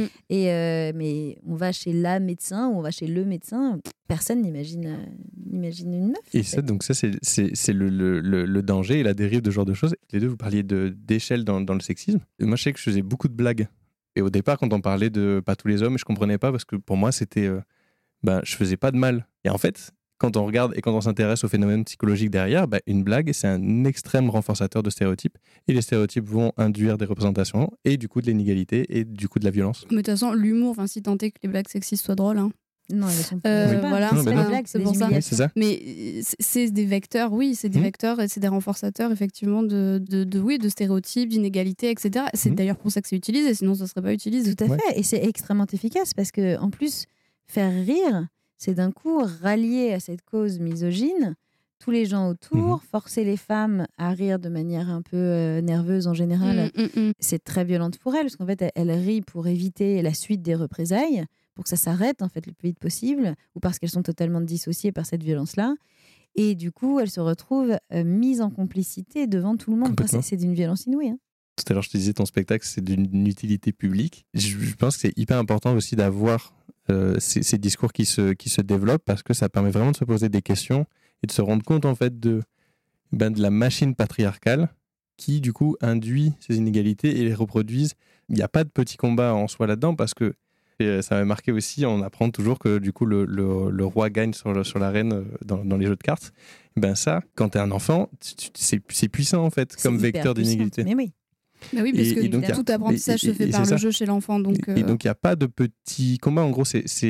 [SPEAKER 5] mais on va chez la médecin ou on va chez le médecin. Personne n'imagine une meuf.
[SPEAKER 4] Et ça, donc ça, c'est le danger et la dérive de ce genre de choses. Les deux, vous parliez d'échelle dans le sexisme. Et moi, je sais que je faisais beaucoup de blagues. Et au départ, quand on parlait de pas tous les hommes, je comprenais pas parce que pour moi, c'était... je faisais pas de mal. Et en fait, quand on regarde et quand on s'intéresse aux phénomènes psychologiques derrière, une blague, c'est un extrême renforçateur de stéréotypes. Et les stéréotypes vont induire des représentations et du coup de l'inégalité et du coup de la violence.
[SPEAKER 3] Mais de toute façon, l'humour, si tant est que les blagues sexistes soient drôles, hein.
[SPEAKER 5] Non, elles sont pas.
[SPEAKER 3] Voilà,
[SPEAKER 5] c'est pas des blagues, c'est pour ça.
[SPEAKER 4] Oui, c'est ça.
[SPEAKER 3] Mais c'est des vecteurs, oui, c'est des vecteurs et c'est des renforçateurs effectivement de stéréotypes, d'inégalités, etc. C'est d'ailleurs pour ça que c'est utilisé, sinon ça serait pas utilisé.
[SPEAKER 5] Tout à fait, et c'est extrêmement efficace parce que en plus, faire rire, c'est d'un coup rallier à cette cause misogyne tous les gens autour, forcer les femmes à rire de manière un peu nerveuse en général, c'est très violent pour elles, parce qu'en fait, elles rient pour éviter la suite des représailles, pour que ça s'arrête en fait le plus vite possible, ou parce qu'elles sont totalement dissociées par cette violence-là. Et du coup, elles se retrouvent mises en complicité devant tout le monde. Enfin, c'est d'une violence inouïe. Hein.
[SPEAKER 4] Tout à l'heure, je te disais, ton spectacle, c'est d'une utilité publique. Je pense que c'est hyper important aussi d'avoir ces discours qui se développent, parce que ça permet vraiment de se poser des questions et de se rendre compte en fait de la machine patriarcale qui du coup induit ces inégalités et les reproduisent. Il n'y a pas de petit combat en soi là-dedans, parce que ça m'a marqué aussi, on apprend toujours que du coup le roi gagne sur la reine dans les jeux de cartes. Ben ça, quand tu es un enfant, c'est puissant en fait, comme vecteur d'inégalité.
[SPEAKER 5] Mais oui.
[SPEAKER 3] Mais oui, parce que donc, tout apprentissage se fait par le jeu chez l'enfant.
[SPEAKER 4] Et donc, il n'y a pas de petit combat. En gros,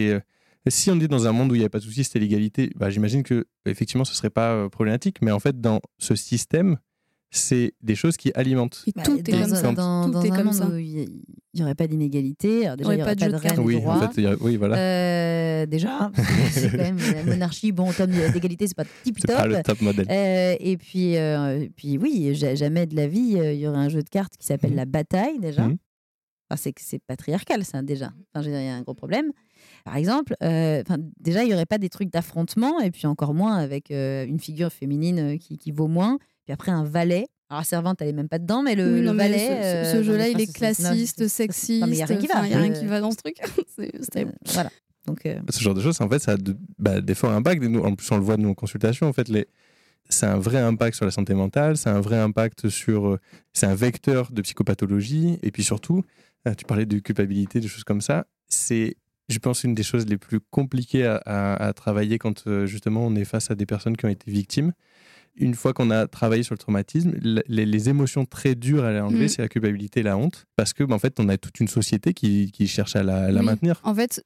[SPEAKER 4] si on est dans un monde où il n'y a pas de souci, c'était l'égalité, j'imagine que effectivement, ce ne serait pas problématique. Mais en fait, dans ce système, c'est des choses qui alimentent.
[SPEAKER 3] Tout est comme ça.
[SPEAKER 5] Dans un monde où il n'y aurait pas d'inégalité, alors déjà, il n'y aurait pas de reine et de roi.
[SPEAKER 4] En fait, oui, voilà.
[SPEAKER 5] Déjà, c'est quand même la monarchie. Bon, en termes d'égalité, c'est pas tip-top.
[SPEAKER 4] C'est pas le top modèle.
[SPEAKER 5] Et puis, oui, jamais de la vie, il y aurait un jeu de cartes qui s'appelle la bataille, déjà. Enfin, c'est patriarcal, ça, déjà. Enfin, je veux dire, il y a un gros problème. Par exemple, déjà, il n'y aurait pas des trucs d'affrontement, et puis encore moins avec une figure féminine qui vaut moins. Puis après, un valet. Alors, la servante, elle n'est même pas dedans, mais le valet.
[SPEAKER 3] Ce jeu-là, il est classiste, sexiste.
[SPEAKER 5] Non, mais il n'y a rien qui va.
[SPEAKER 3] Il n'y a rien qui va dans ce truc.
[SPEAKER 5] Voilà. Donc,
[SPEAKER 4] ce genre de choses, en fait, ça a des forts impacts. En plus, on le voit de nos consultations. En fait, c'est un vrai impact sur la santé mentale, c'est un vrai impact c'est un vecteur de psychopathologie. Et puis surtout, tu parlais de culpabilité, de choses comme ça. C'est, je pense, une des choses les plus compliquées à travailler quand justement on est face à des personnes qui ont été victimes. Une fois qu'on a travaillé sur le traumatisme, les émotions très dures à enlever, c'est la culpabilité et la honte. Parce que, en fait, on a toute une société qui cherche à la maintenir.
[SPEAKER 3] En fait,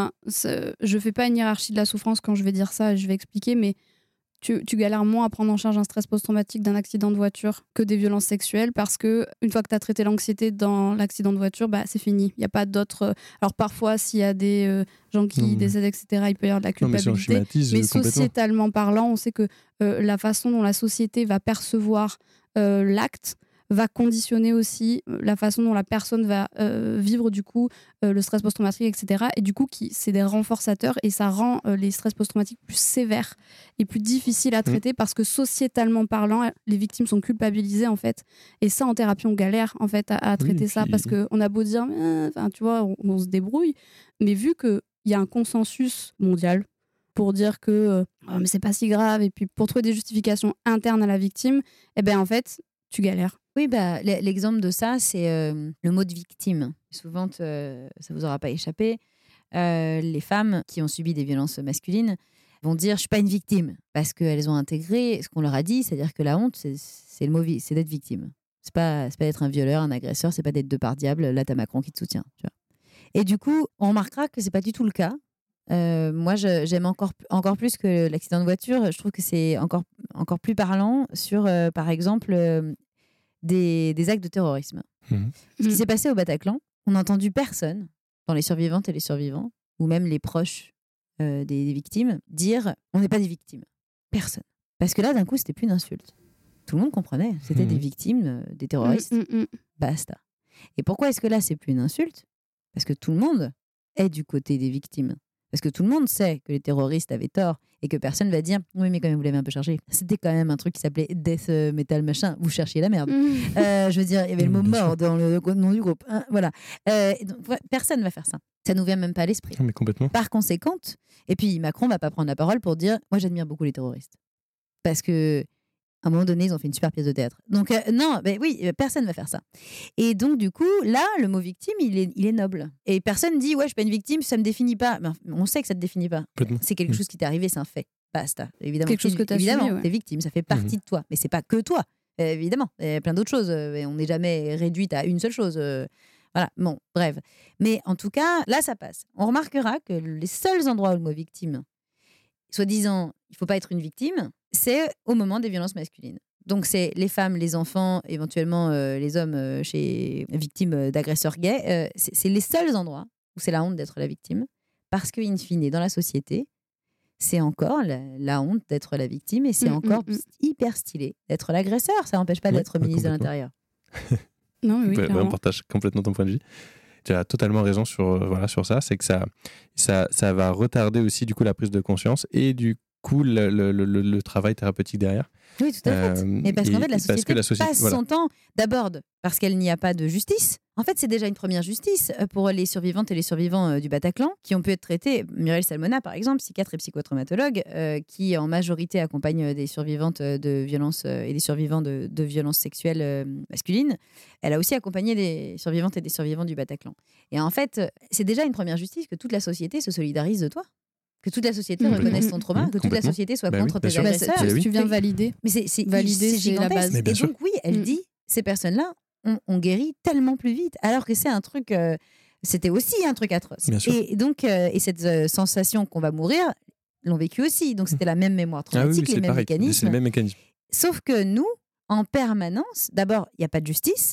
[SPEAKER 3] je fais pas une hiérarchie de la souffrance quand je vais dire ça, je vais expliquer, mais tu galères moins à prendre en charge un stress post-traumatique d'un accident de voiture que des violences sexuelles, parce que une fois que tu as traité l'anxiété dans l'accident de voiture, c'est fini. Il n'y a pas d'autres. Alors parfois, s'il y a des gens qui décèdent, etc., il peut y avoir de la culpabilité. Mais sociétalement parlant, on sait que la façon dont la société va percevoir l'acte va conditionner aussi la façon dont la personne va vivre du coup le stress post-traumatique, etc. Et du coup, c'est des renforçateurs, et ça rend les stress post-traumatiques plus sévères et plus difficiles à traiter, parce que sociétalement parlant, les victimes sont culpabilisées en fait. Et ça, en thérapie, on galère en fait à traiter ça, parce qu'on a beau dire, tu vois, on se débrouille, mais vu qu'il y a un consensus mondial pour dire que mais c'est pas si grave, et puis pour trouver des justifications internes à la victime, en fait, tu galères.
[SPEAKER 5] Oui, l'exemple de ça, c'est le mot de victime. Souvent, ça vous aura pas échappé. Les femmes qui ont subi des violences masculines vont dire « je suis pas une victime » parce qu'elles ont intégré ce qu'on leur a dit, c'est-à-dire que la honte, c'est le mot, c'est d'être victime. C'est pas d'être un violeur, un agresseur, c'est pas d'être par diable. Là, t'as Macron qui te soutient. Tu vois. Et du coup, on remarquera que c'est pas du tout le cas. Moi, j'aime encore plus que l'accident de voiture. Je trouve que c'est encore plus parlant sur, par exemple, des actes de terrorisme. Ce qui s'est passé au Bataclan, on n'a entendu personne, dans les survivantes et les survivants, ou même les proches des victimes, dire « on n'est pas des victimes ». Personne. Parce que là, d'un coup, c'était plus une insulte. Tout le monde comprenait. C'était des victimes, des terroristes. Basta. Et pourquoi est-ce que là, c'est plus une insulte ? Parce que tout le monde est du côté des victimes. Parce que tout le monde sait que les terroristes avaient tort, et que personne va dire « oui, mais quand même, vous l'avez un peu chargé. C'était quand même un truc qui s'appelait Death Metal machin. Vous cherchiez la merde. » Je veux dire, il y avait le mot mort dans le nom du groupe. Hein, voilà. Donc, personne ne va faire ça. Ça nous vient même pas à l'esprit.
[SPEAKER 4] Mais complètement.
[SPEAKER 5] Par conséquent, et puis Macron va pas prendre la parole pour dire « moi, j'admire beaucoup les terroristes. » Parce que à un moment donné, ils ont fait une super pièce de théâtre. Donc, non, personne ne va faire ça. Et donc, du coup, là, le mot victime, il est noble. Et personne dit, ouais, je suis pas une victime, ça me définit pas. Ben, on sait que ça te définit pas. C'est quelque chose qui t'est arrivé, c'est un fait. Basta. Évidemment,
[SPEAKER 3] quelque chose que t'as subi, ouais.
[SPEAKER 5] T'es victime, ça fait partie de toi. Mais c'est pas que toi, évidemment. Il y a plein d'autres choses. On n'est jamais réduite à une seule chose. Voilà, bon, bref. Mais en tout cas, là, ça passe. On remarquera que les seuls endroits où le mot victime, soi-disant, il faut pas être une victime, c'est au moment des violences masculines. Donc, c'est les femmes, les enfants, éventuellement les hommes victimes d'agresseurs gays. C'est les seuls endroits où c'est la honte d'être la victime. Parce qu'in fine, dans la société, c'est encore la honte d'être la victime et c'est encore hyper stylé d'être l'agresseur. Ça n'empêche pas d'être ministre de l'Intérieur.
[SPEAKER 3] Non, mais oui,
[SPEAKER 4] on partage complètement ton point de vue. Tu as totalement raison sur ça. C'est que ça va retarder aussi du coup la prise de conscience et du coup le travail thérapeutique derrière.
[SPEAKER 5] Oui, tout à fait. Mais parce qu'en fait, la société passe son temps d'abord parce qu'elle n'y a pas de justice. En fait, c'est déjà une première justice pour les survivantes et les survivants du Bataclan qui ont pu être traités. Muriel Salmona, par exemple, psychiatre et psychotraumatologue, qui en majorité accompagne des survivantes de violences et des survivants de violences sexuelles masculines. Elle a aussi accompagné des survivantes et des survivants du Bataclan. Et en fait, c'est déjà une première justice que toute la société se solidarise de toi. Que toute la société reconnaisse ton trauma, que toute la société soit contre tes agresseurs.
[SPEAKER 3] Tu viens valider.
[SPEAKER 5] Mais c'est gigantesque.
[SPEAKER 3] La base.
[SPEAKER 5] Et donc, oui, elle dit, ces personnes-là, on guérit tellement plus vite. Alors que c'est un truc... c'était aussi un truc atroce. Et donc, cette sensation qu'on va mourir, l'ont vécu aussi. Donc, c'était la même mémoire traumatique, les mêmes mécanismes.
[SPEAKER 4] C'est le même mécanisme.
[SPEAKER 5] Sauf que nous, en permanence, d'abord, il n'y a pas de justice.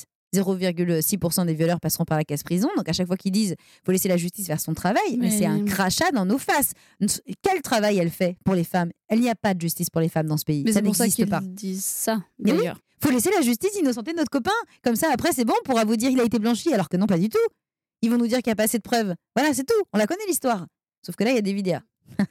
[SPEAKER 5] 0,6% des violeurs passeront par la case prison. Donc, à chaque fois qu'ils disent « faut laisser la justice faire son travail », mais c'est un crachat dans nos faces. Quel travail elle fait pour les femmes ? Il n'y a pas de justice pour les femmes dans ce pays.
[SPEAKER 3] Mais
[SPEAKER 5] ça
[SPEAKER 3] c'est pour ça
[SPEAKER 5] n'existe
[SPEAKER 3] qu'ils
[SPEAKER 5] pas.
[SPEAKER 3] disent ça, d'ailleurs.
[SPEAKER 5] Faut laisser la justice innocenter notre copain. Comme ça, après, c'est bon, on pourra vous dire il a été blanchi, alors que non, pas du tout. Ils vont nous dire qu'il n'y a pas assez de preuves. Voilà, c'est tout. On la connaît, l'histoire. Sauf que là, il y a des vidéos.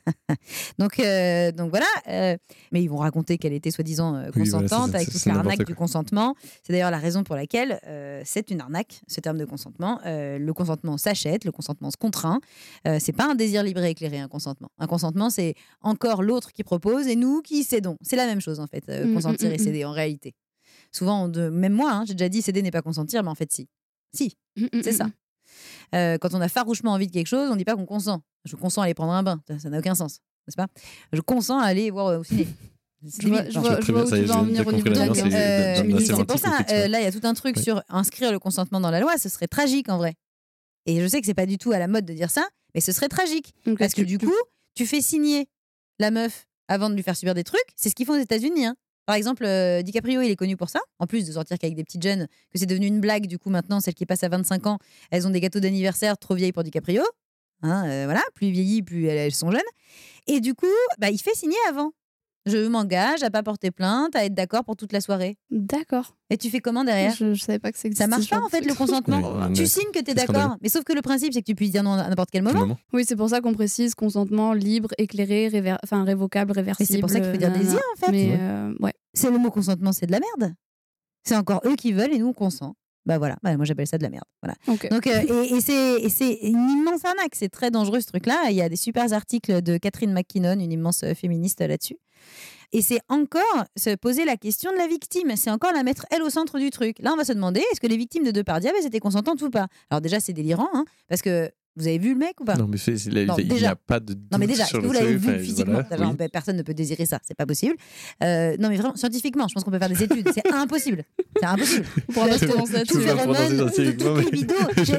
[SPEAKER 5] donc voilà. Mais ils vont raconter qu'elle était soi-disant consentante avec toute l'arnaque du consentement. C'est d'ailleurs la raison pour laquelle c'est une arnaque, ce terme de consentement. Le consentement s'achète, le consentement se contraint. C'est pas un désir libre et éclairé, un consentement. Un consentement, c'est encore l'autre qui propose et nous qui cédons. C'est la même chose, en fait, consentir et céder, en réalité. Souvent, même moi, j'ai déjà dit céder n'est pas consentir, mais en fait, si. Si, c'est ça. Quand on a farouchement envie de quelque chose, on ne dit pas qu'on consent. Je consens à aller prendre un bain. Ça n'a aucun sens, n'est-ce pas ? Je consens à aller voir au ciné.
[SPEAKER 3] Je vois où tu vas en venir au niveau
[SPEAKER 5] c'est pour ça, là, il y a tout un truc sur inscrire le consentement dans la loi. Ce serait tragique, en vrai. Et je sais que c'est pas du tout à la mode de dire ça, mais ce serait tragique. Donc, parce que du coup, tu fais signer la meuf avant de lui faire subir des trucs. C'est ce qu'ils font aux États-Unis, hein. Par exemple, DiCaprio, il est connu pour ça. En plus de sortir qu'avec des petites jeunes, que c'est devenu une blague, du coup, maintenant, celles qui passent à 25 ans, elles ont des gâteaux d'anniversaire trop vieilles pour DiCaprio. Hein, voilà, plus vieillies, plus elles sont jeunes. Et du coup, il fait signer avant. Je m'engage à pas porter plainte, à être d'accord pour toute la soirée.
[SPEAKER 3] D'accord.
[SPEAKER 5] Et tu fais comment derrière ?
[SPEAKER 3] Je savais pas que ça existait.
[SPEAKER 5] Ça marche pas, en fait, le consentement. Tu signes que tu es d'accord. Mais sauf que le principe, c'est que tu puisses dire non à n'importe quel moment.
[SPEAKER 3] Oui, c'est pour ça qu'on précise consentement libre, éclairé, révocable, réversible.
[SPEAKER 5] Mais c'est pour ça qu'il faut dire désir, en fait.
[SPEAKER 3] Mais ouais.
[SPEAKER 5] C'est le mot consentement, c'est de la merde. C'est encore eux qui veulent et nous, on consent. Voilà, moi j'appelle ça de la merde. Voilà.
[SPEAKER 3] Okay.
[SPEAKER 5] Donc, et c'est une immense arnaque, c'est très dangereux ce truc-là. Il y a des super articles de Catherine McKinnon, une immense féministe là-dessus. Et c'est encore se poser la question de la victime, c'est encore la mettre elle au centre du truc. Là, on va se demander, est-ce que les victimes de Depardieu étaient consentantes ou pas ? Alors déjà, c'est délirant, hein, parce que vous avez vu le mec ou pas ?
[SPEAKER 4] Non, mais il n'y a pas de doute.
[SPEAKER 5] Non, mais déjà,
[SPEAKER 4] sur
[SPEAKER 5] est-ce que vous
[SPEAKER 4] le
[SPEAKER 5] l'avez
[SPEAKER 4] fait,
[SPEAKER 5] vu physiquement ?
[SPEAKER 4] Voilà, oui.
[SPEAKER 5] Personne ne peut désirer ça, c'est pas possible. Non, mais vraiment, scientifiquement, je pense qu'on peut faire des études. C'est impossible. C'est impossible.
[SPEAKER 3] On pourra pas se prononcer là-dessus.
[SPEAKER 5] Tout phénomène de toute libido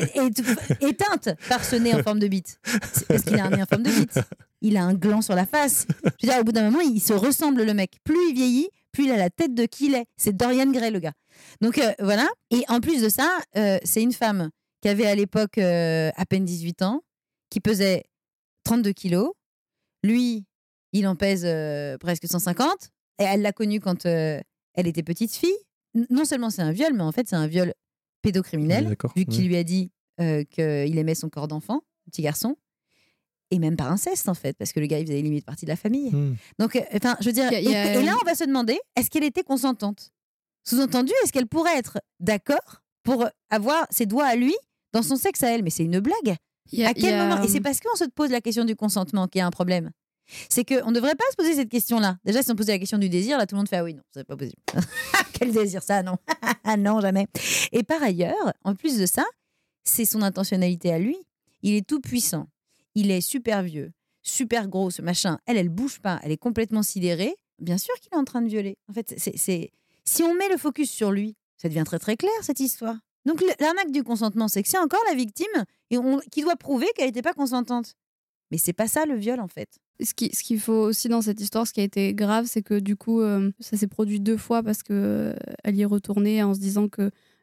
[SPEAKER 5] éteinte par ce nez en forme de bite. Parce qu'il a un nez en forme de bite. Il a un gland sur la face. Je veux dire, au bout d'un moment, il se ressemble, le mec. Plus il vieillit, plus il a la tête de qui il est. C'est Dorian Gray, le gars. Donc voilà. Et en plus de ça, c'est une femme qui avait à l'époque à peine 18 ans, qui pesait 32 kilos. Lui, il en pèse presque 150. Et elle l'a connu quand elle était petite fille. Non seulement c'est un viol, mais en fait, c'est un viol pédocriminel, vu qu'il lui a dit qu'il aimait son corps d'enfant, petit garçon. Et même par inceste, en fait, parce que le gars, il faisait limite partie de la famille. Donc, je veux dire... Et là, on va se demander, est-ce qu'elle était consentante ? Sous-entendu, est-ce qu'elle pourrait être d'accord pour avoir ses doigts à lui dans son sexe à elle ? Mais c'est une blague. À quel moment ? Et c'est parce qu'on se pose la question du consentement qu'il y a un problème. C'est qu'on ne devrait pas se poser cette question-là. Déjà, si on posait la question du désir, là, tout le monde fait « Ah oui, non, c'est pas possible. » Quel désir, ça, non. Non, jamais. Et par ailleurs, en plus de ça, c'est son intentionnalité à lui. Il est tout puissant. Il est super vieux, super gros, ce machin. Elle bouge pas. Elle est complètement sidérée. Bien sûr qu'il est en train de violer. En fait, si on met le focus sur lui, ça devient très, très clair, cette histoire. Donc, l'arnaque du consentement, c'est que c'est encore la victime qui doit prouver qu'elle n'était pas consentante. Mais c'est pas ça, le viol, en fait.
[SPEAKER 3] Ce qu'il faut aussi dans cette histoire, ce qui a été grave, c'est que du coup, ça s'est produit 2 fois parce qu'elle y est retournée en se disant que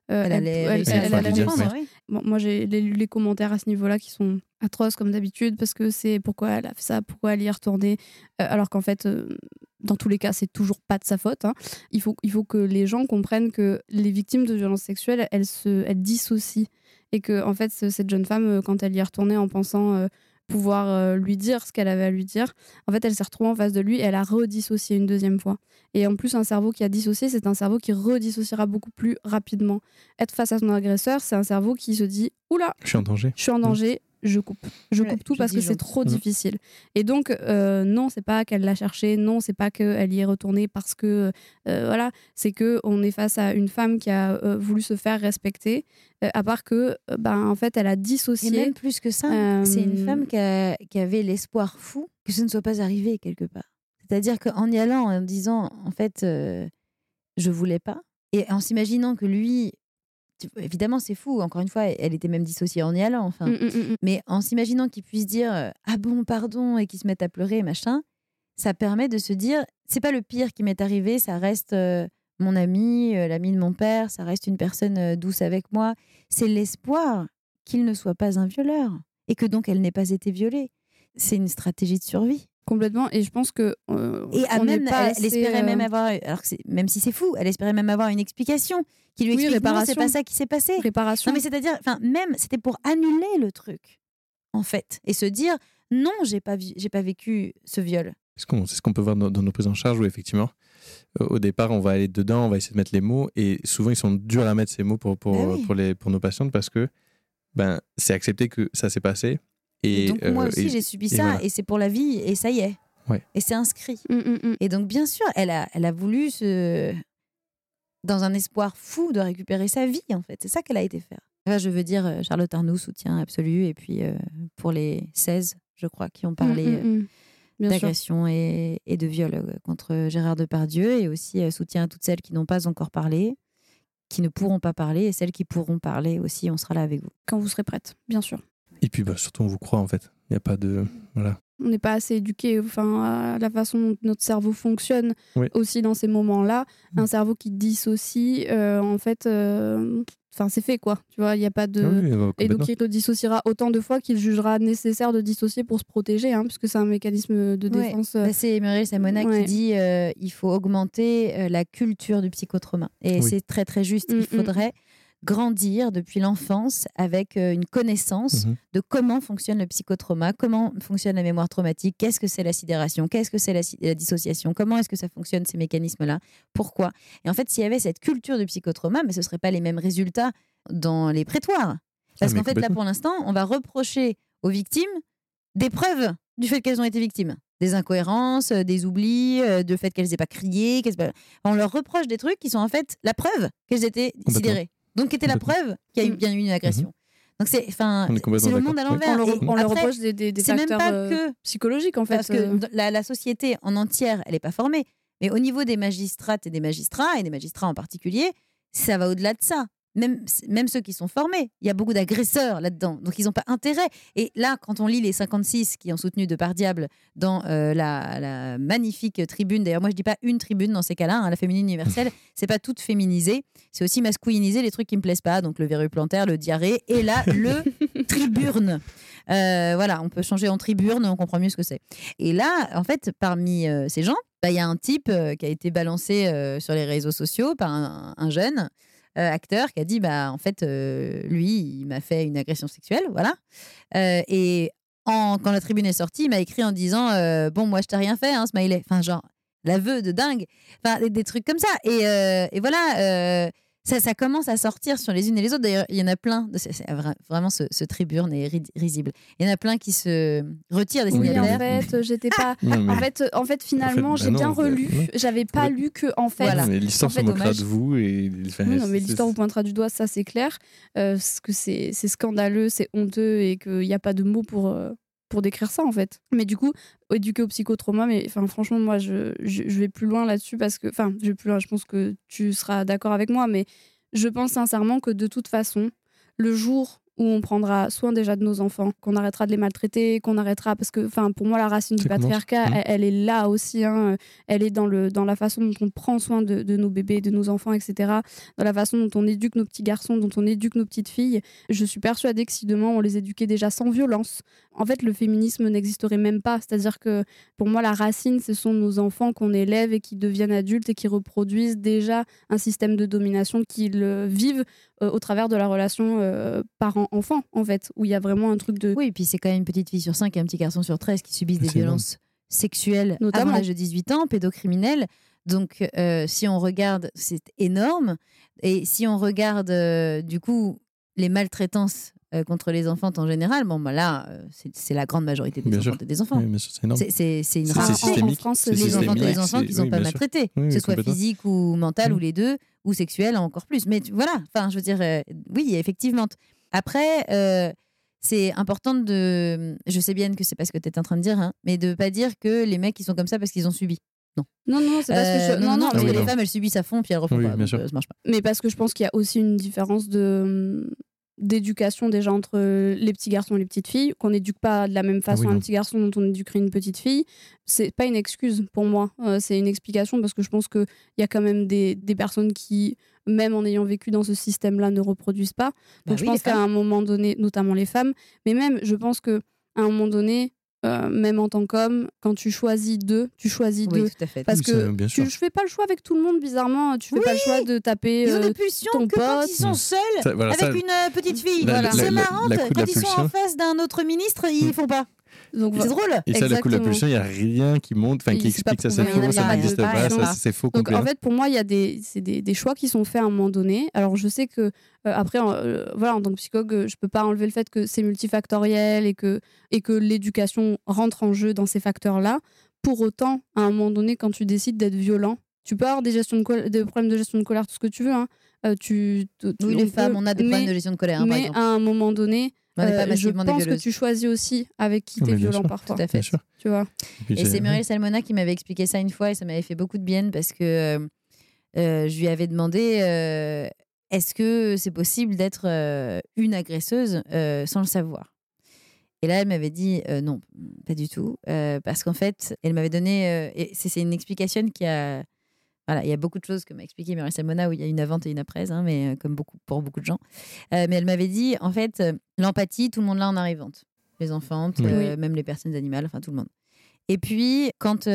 [SPEAKER 5] Elle allait réussir
[SPEAKER 3] elle
[SPEAKER 5] à
[SPEAKER 3] allait
[SPEAKER 5] comprendre,
[SPEAKER 3] réussir.
[SPEAKER 5] oui.
[SPEAKER 3] Bon, moi, j'ai lu les commentaires à ce niveau-là qui sont atroces comme d'habitude parce que c'est pourquoi elle a fait ça, pourquoi elle y est retournée, alors qu'en fait, dans tous les cas, c'est toujours pas de sa faute. Hein. Il faut que les gens comprennent que les victimes de violences sexuelles, elles dissocient et que en fait, cette jeune femme, quand elle y est retournée en pensant pouvoir lui dire ce qu'elle avait à lui dire, en fait, elle s'est retrouvée en face de lui et elle a redissocié une deuxième fois. Et en plus, un cerveau qui a dissocié, c'est un cerveau qui redissociera beaucoup plus rapidement. Être face à son agresseur, c'est un cerveau qui se dit « Oula,
[SPEAKER 4] Je suis en danger.
[SPEAKER 3] je suis en danger, je coupe. Je
[SPEAKER 5] Ouais,
[SPEAKER 3] coupe tout
[SPEAKER 5] je
[SPEAKER 3] parce que c'est
[SPEAKER 5] disjoncte.
[SPEAKER 3] trop difficile. » Et donc, non, c'est pas qu'elle l'a cherché, non, c'est pas qu'elle y est retournée parce que, voilà, c'est qu'on est face à une femme qui a voulu se faire respecter, à part que, en fait, elle a
[SPEAKER 5] Et
[SPEAKER 3] dissocié.
[SPEAKER 5] même plus que ça, c'est une femme qui avait l'espoir fou que ce ne soit pas arrivé quelque part. C'est-à-dire qu'en y allant, en disant, en fait, je voulais pas, et en s'imaginant que lui, évidemment, c'est fou, encore une fois, elle était même dissociée en y allant, enfin. Mais en s'imaginant qu'il puisse dire ah bon, pardon, et qu'il se mette à pleurer, machin, ça permet de se dire c'est pas le pire qui m'est arrivé, ça reste mon ami, l'ami de mon père, ça reste une personne douce avec moi. C'est l'espoir qu'il ne soit pas un violeur et que donc elle n'ait pas été violée. C'est une stratégie de survie.
[SPEAKER 3] Complètement, et je pense que
[SPEAKER 5] Et
[SPEAKER 3] on n'est pas
[SPEAKER 5] elle espérait même avoir, alors que même si c'est fou, elle espérait même avoir une explication qui lui explique non, c'est pas ça qui s'est passé.
[SPEAKER 3] réparation.
[SPEAKER 5] Non mais c'est-à-dire, enfin même c'était pour annuler le truc en fait et se dire non, j'ai pas vécu ce viol.
[SPEAKER 4] C'est ce qu'on peut voir dans nos prises en charge où effectivement, au départ, on va aller dedans, on va essayer de mettre les mots et souvent ils sont durs à mettre ces mots pour nos patientes parce que c'est accepter que ça s'est passé. Et
[SPEAKER 5] donc moi aussi j'ai subi ça
[SPEAKER 4] voilà.
[SPEAKER 5] et c'est pour la vie et ça y est.
[SPEAKER 4] Ouais.
[SPEAKER 5] Et c'est inscrit. Et donc bien sûr, elle a voulu dans un espoir fou de récupérer sa vie en fait. C'est ça qu'elle a été faire. Enfin, je veux dire, Charlotte Arnoux, soutien absolu. Et puis pour les 16, je crois, qui ont parlé d'agression et de viol contre Gérard Depardieu, et aussi soutien à toutes celles qui n'ont pas encore parlé, qui ne pourront pas parler, et celles qui pourront parler aussi, on sera là avec vous.
[SPEAKER 3] Quand vous serez prête, bien sûr.
[SPEAKER 4] Et puis surtout, on vous croit en fait. Il n'y a pas de... Voilà.
[SPEAKER 3] On n'est pas assez éduqué à la façon dont notre cerveau fonctionne aussi dans ces moments-là. Un cerveau qui dissocie, en fait, c'est fait quoi. Tu vois, il n'y a pas de. Et donc il le dissociera autant de fois qu'il jugera nécessaire de dissocier pour se protéger, puisque c'est un mécanisme de défense.
[SPEAKER 5] C'est Muriel Samona qui dit il faut augmenter la culture du psychotrauma. Et c'est très très juste. Il faudrait grandir depuis l'enfance avec une connaissance de comment fonctionne le psychotrauma, comment fonctionne la mémoire traumatique, qu'est-ce que c'est la sidération, qu'est-ce que c'est la dissociation, comment est-ce que ça fonctionne ces mécanismes-là, pourquoi. Et en fait, s'il y avait cette culture du psychotrauma, mais ce ne seraient pas les mêmes résultats dans les prétoires. Parce qu'en fait, là, pour l'instant, on va reprocher aux victimes des preuves du fait qu'elles ont été victimes. Des incohérences, des oublis, du fait qu'elles n'aient pas crié. On leur reproche des trucs qui sont en fait la preuve qu'elles étaient sidérées. Donc, qui était la preuve qu'il y a eu bien une agression. Donc, c'est le monde à l'envers.
[SPEAKER 3] On leur reproche des facteurs psychologiques, en fait.
[SPEAKER 5] Parce que la société en entière, elle n'est pas formée. Mais au niveau des magistrates et des magistrats en particulier, ça va au-delà de ça. Même ceux qui sont formés, il y a beaucoup d'agresseurs là-dedans, donc ils n'ont pas intérêt. Et là, quand on lit les 56 qui ont soutenu Depardieu dans la magnifique tribune, d'ailleurs moi je dis pas une tribune dans ces cas-là, la féminine universelle, c'est pas toute féminisée, c'est aussi masculinisé les trucs qui me plaisent pas, donc le verrue plantaire, le diarrhée, et là le triburne. Voilà, on peut changer en triburne, on comprend mieux ce que c'est. Et là, en fait, parmi ces gens, il y a un type qui a été balancé sur les réseaux sociaux par un jeune acteur qui a dit en fait lui il m'a fait une agression sexuelle, voilà, et quand la tribune est sortie il m'a écrit en disant bon moi je t'ai rien fait smiley, enfin genre l'aveu de dingue, enfin des trucs comme ça, et voilà, ça commence à sortir sur les unes et les autres. D'ailleurs, il y en a plein. Vraiment, ce triburne est risible. Il y en a plein qui se retirent des signataires.
[SPEAKER 3] En fait, j'étais pas. En fait, finalement, j'ai bien relu. J'avais pas lu que en fait.
[SPEAKER 4] Voilà. Mais l'histoire se moquera de vous et.
[SPEAKER 3] Non, mais l'histoire vous pointera du doigt, ça c'est clair. Parce que c'est scandaleux, c'est honteux et qu'il n'y a pas de mots pour décrire ça en fait. Mais du coup, éduquer au psychotrauma, mais franchement moi je vais plus loin là-dessus parce que je vais plus loin, je pense que tu seras d'accord avec moi, mais je pense sincèrement que de toute façon, le jour où on prendra soin déjà de nos enfants, qu'on arrêtera de les maltraiter, qu'on arrêtera, parce que pour moi la racine du patriarcat, elle est là aussi, hein. Elle est dans la façon dont on prend soin de nos bébés, de nos enfants, etc., dans la façon dont on éduque nos petits garçons, dont on éduque nos petites filles. Je suis persuadée que si demain on les éduquait déjà sans violence, en fait le féminisme n'existerait même pas. C'est-à-dire que pour moi la racine, ce sont nos enfants qu'on élève et qui deviennent adultes et qui reproduisent déjà un système de domination qu'ils vivent au travers de la relation parent-enfant, en fait, où il y a vraiment un truc de...
[SPEAKER 5] Oui, et puis c'est quand même une petite fille sur 5 et un petit garçon sur 13 qui subissent des violences sexuelles
[SPEAKER 3] notamment
[SPEAKER 5] avant l'âge de 18 ans, pédocriminels. Donc, si on regarde, c'est énorme. Et si on regarde, du coup, les maltraitances contre les enfants en général, là, c'est la grande majorité des enfants et des enfants.
[SPEAKER 4] Oui, c'est énorme.
[SPEAKER 5] C'est une rareté.
[SPEAKER 3] En France,
[SPEAKER 5] les enfants qui ne sont pas maltraités, que ce soit physique ou mental ou les deux, ou sexuel encore plus. Mais voilà, je veux dire, oui, effectivement. Après, c'est important de... Je sais bien que c'est pas ce que tu es en train de dire, hein, mais de pas dire que les mecs, ils sont comme ça parce qu'ils ont subi.
[SPEAKER 3] Non, c'est parce que
[SPEAKER 5] parce que les femmes, elles subissent à fond, puis elles refont pas. Donc, ça marche pas.
[SPEAKER 3] Mais parce que je pense qu'il y a aussi une différence d'éducation déjà entre les petits garçons et les petites filles, qu'on n'éduque pas de la même façon un petit garçon dont on éduquerait une petite fille. C'est pas une excuse pour moi, c'est une explication, parce que je pense qu'il y a quand même des personnes qui, même en ayant vécu dans ce système-là, ne reproduisent pas. Donc je pense qu'à un moment donné, notamment les femmes, mais même je pense qu'à un moment donné, même en tant qu'homme, quand tu choisis d'eux, tu choisis d'eux.
[SPEAKER 5] Tout à fait.
[SPEAKER 3] Parce que tu fais pas le choix avec tout le monde, bizarrement. Tu fais pas le choix de taper
[SPEAKER 5] ils ont des pulsions
[SPEAKER 3] ton
[SPEAKER 5] que
[SPEAKER 3] pote.
[SPEAKER 5] quand ils sont seuls avec une petite fille. C'est marrant. Quand ils sont en face d'un autre ministre, ils font pas. Donc, c'est drôle.
[SPEAKER 4] Et ça, le coup de la pulsion, il n'y a rien qui monte, qui explique ça, c'est faux, ça n'existe pas, ça, c'est faux.
[SPEAKER 3] Donc en fait, pour moi, il y a des choix qui sont faits à un moment donné. Alors je sais que après, en tant que psychologue, je peux pas enlever le fait que c'est multifactoriel et que l'éducation rentre en jeu dans ces facteurs-là. Pour autant, à un moment donné, quand tu décides d'être violent, tu peux avoir des problèmes de gestion de colère, tout ce que tu veux. Hein.
[SPEAKER 5] Les femmes, on a des problèmes de gestion de colère.
[SPEAKER 3] Mais à un moment donné, je pense que tu choisis aussi avec qui tu es violent parfois.
[SPEAKER 5] Tout à fait.
[SPEAKER 3] Tu vois.
[SPEAKER 5] Et c'est Muriel Salmona qui m'avait expliqué ça une fois et ça m'avait fait beaucoup de bien parce que je lui avais demandé est-ce que c'est possible d'être une agresseuse sans le savoir. Et là, elle m'avait dit non, pas du tout. Parce qu'en fait, elle m'avait donné... et c'est une explication qui a... Voilà, il y a beaucoup de choses que m'a expliqué Muriel Salmona où il y a une avant et une après, hein, mais comme pour beaucoup de gens. Mais elle m'avait dit, en fait, l'empathie, tout le monde l'a en arrivante. Les enfants, même les personnes animales, enfin tout le monde. Et puis, quand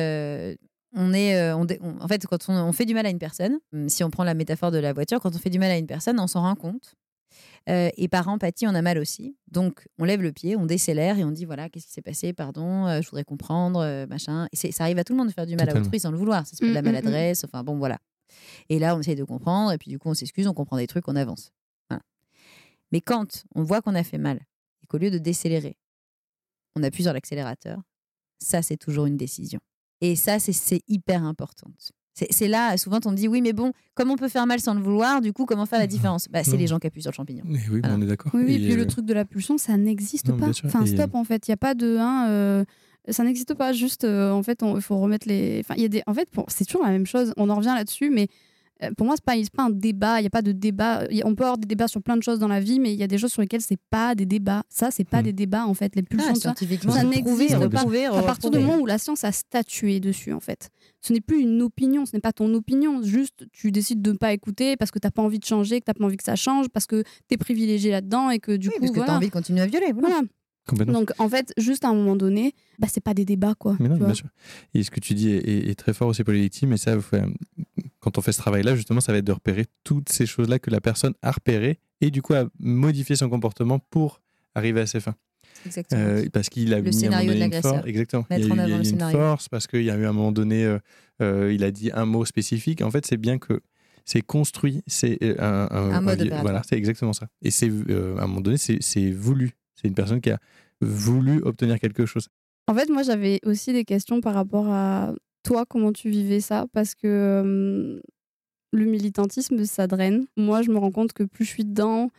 [SPEAKER 5] en fait, quand on fait du mal à une personne, si on prend la métaphore de la voiture, quand on fait du mal à une personne, on s'en rend compte. Et par empathie, on a mal aussi. Donc, on lève le pied, on décélère et on dit voilà, qu'est-ce qui s'est passé, pardon, je voudrais comprendre, machin. Et ça arrive à tout le monde de faire du mal à autrui sans le vouloir. Ça s'appelle de la maladresse, enfin bon, voilà. Et là, on essaye de comprendre et puis du coup, on s'excuse, on comprend des trucs, on avance. Voilà. Mais quand on voit qu'on a fait mal et qu'au lieu de décélérer, on appuie sur l'accélérateur, ça, c'est toujours une décision. Et ça, c'est hyper important. C'est là, souvent on me dit oui, mais bon, comme on peut faire mal sans le vouloir, du coup, comment faire la différence ? C'est les gens qui appuient sur le champignon.
[SPEAKER 4] Oui, on est d'accord.
[SPEAKER 3] Oui, et puis le truc de la pulsion, ça n'existe pas. Enfin, stop, en fait, il n'y a pas de... ça n'existe pas, juste, en fait, il faut remettre les... Enfin, en fait, c'est toujours la même chose, on en revient là-dessus, mais pour moi, c'est pas un débat, il n'y a pas de débat. On peut avoir des débats sur plein de choses dans la vie, mais il y a des choses sur lesquelles c'est pas des débats. Ça, c'est pas des débats, en fait. Les pulsions,
[SPEAKER 5] scientifiquement,
[SPEAKER 3] ça n'existe pas. À partir du
[SPEAKER 5] moment
[SPEAKER 3] moment où la science a statué dessus, en fait. Ce n'est plus une opinion, ce n'est pas ton opinion. Juste, tu décides de ne pas écouter parce que tu n'as pas envie de changer, que tu n'as pas envie que ça change, parce que tu es privilégié là-dedans et que du coup,
[SPEAKER 5] parce que tu as envie de continuer à violer. Voilà.
[SPEAKER 3] Donc, en fait, juste à un moment donné, c'est pas des débats, quoi.
[SPEAKER 4] Mais non, bien sûr. Et ce que tu dis est très fort aussi pour les victimes. Et ça, quand on fait ce travail-là, justement, ça va être de repérer toutes ces choses-là que la personne a repérées et du coup a modifié son comportement pour arriver à ses fins.
[SPEAKER 5] Exactement.
[SPEAKER 4] Parce qu'il a
[SPEAKER 5] le
[SPEAKER 4] mis
[SPEAKER 5] scénario
[SPEAKER 4] un
[SPEAKER 5] de
[SPEAKER 4] moment donné
[SPEAKER 5] l'agresseur.
[SPEAKER 4] Exactement.
[SPEAKER 5] Mettre
[SPEAKER 4] Il y
[SPEAKER 5] en
[SPEAKER 4] a
[SPEAKER 5] avant
[SPEAKER 4] eu
[SPEAKER 5] le
[SPEAKER 4] une
[SPEAKER 5] scénario.
[SPEAKER 4] force parce qu'il y a eu un moment donné, il a dit un mot spécifique. En fait, c'est bien que c'est construit. C'est
[SPEAKER 5] un mode opératoire.
[SPEAKER 4] Voilà, c'est exactement ça. Et c'est à un moment donné, c'est voulu. C'est une personne qui a voulu obtenir quelque chose.
[SPEAKER 3] En fait, moi, j'avais aussi des questions par rapport à toi, comment tu vivais ça, parce que le militantisme, ça draine. Moi, je me rends compte que plus je suis dedans,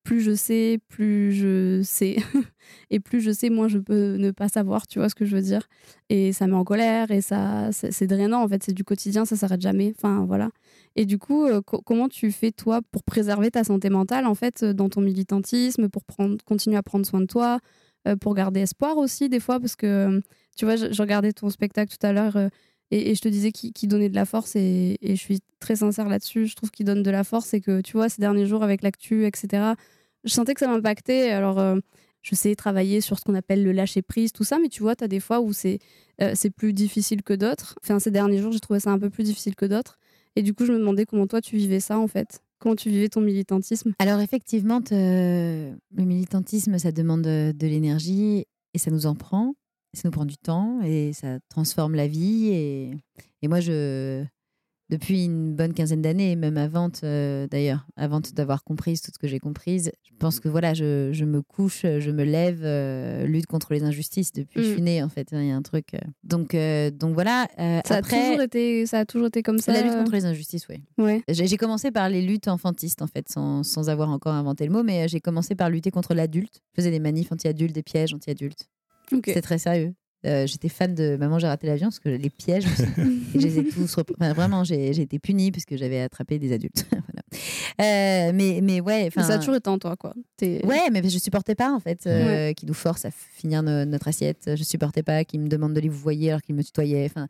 [SPEAKER 3] plus je sais, plus je sais. Et plus je sais, moins je peux ne pas savoir, tu vois ce que je veux dire. Et ça met en colère et ça, c'est drainant, en fait. C'est du quotidien, ça s'arrête jamais. Enfin, voilà. Et du coup, comment tu fais, toi, pour préserver ta santé mentale, en fait, dans ton militantisme, pour continuer à prendre soin de toi, pour garder espoir aussi, des fois, parce que, tu vois, je regardais ton spectacle tout à l'heure et je te disais qu'il donnait de la force et je suis très sincère là-dessus. Je trouve qu'il donne de la force et que, tu vois, ces derniers jours, avec l'actu, etc., je sentais que ça m'impactait. Alors, je sais travailler sur ce qu'on appelle le lâcher-prise, tout ça, mais tu vois, tu as des fois où c'est plus difficile que d'autres. Enfin, ces derniers jours, j'ai trouvé ça un peu plus difficile que d'autres. Et du coup, je me demandais comment toi, tu vivais ça, en fait. Comment tu vivais ton militantisme.
[SPEAKER 5] Alors effectivement, le militantisme, ça demande de l'énergie et ça nous en prend. Ça nous prend du temps et ça transforme la vie. Et moi, depuis une bonne quinzaine d'années, même avant d'ailleurs, avant d'avoir compris tout ce que j'ai compris, je pense que voilà, je me couche, je me lève, lutte contre les injustices depuis que je suis née, en fait. Il y a un truc. Donc voilà.
[SPEAKER 3] Ça
[SPEAKER 5] après,
[SPEAKER 3] a toujours été comme ça.
[SPEAKER 5] la lutte contre les injustices, oui.
[SPEAKER 3] Ouais.
[SPEAKER 5] J'ai commencé par les luttes enfantistes, en fait, sans avoir encore inventé le mot, mais j'ai commencé par lutter contre l'adulte. Je faisais des manifs anti-adultes, des pièges anti-adultes.
[SPEAKER 3] Okay.
[SPEAKER 5] C'était très sérieux. J'étais fan de Maman, j'ai raté l'avion parce que les pièges, je les ai tous vraiment, j'ai été punie parce que j'avais attrapé des adultes. Voilà. Mais ouais,
[SPEAKER 3] ça a toujours été en toi, quoi.
[SPEAKER 5] Ouais, mais je supportais pas en fait qu'ils nous forcent à finir notre assiette. Je supportais pas qu'ils me demandent de les vouvoyer alors qu'ils me tutoyaient. Enfin,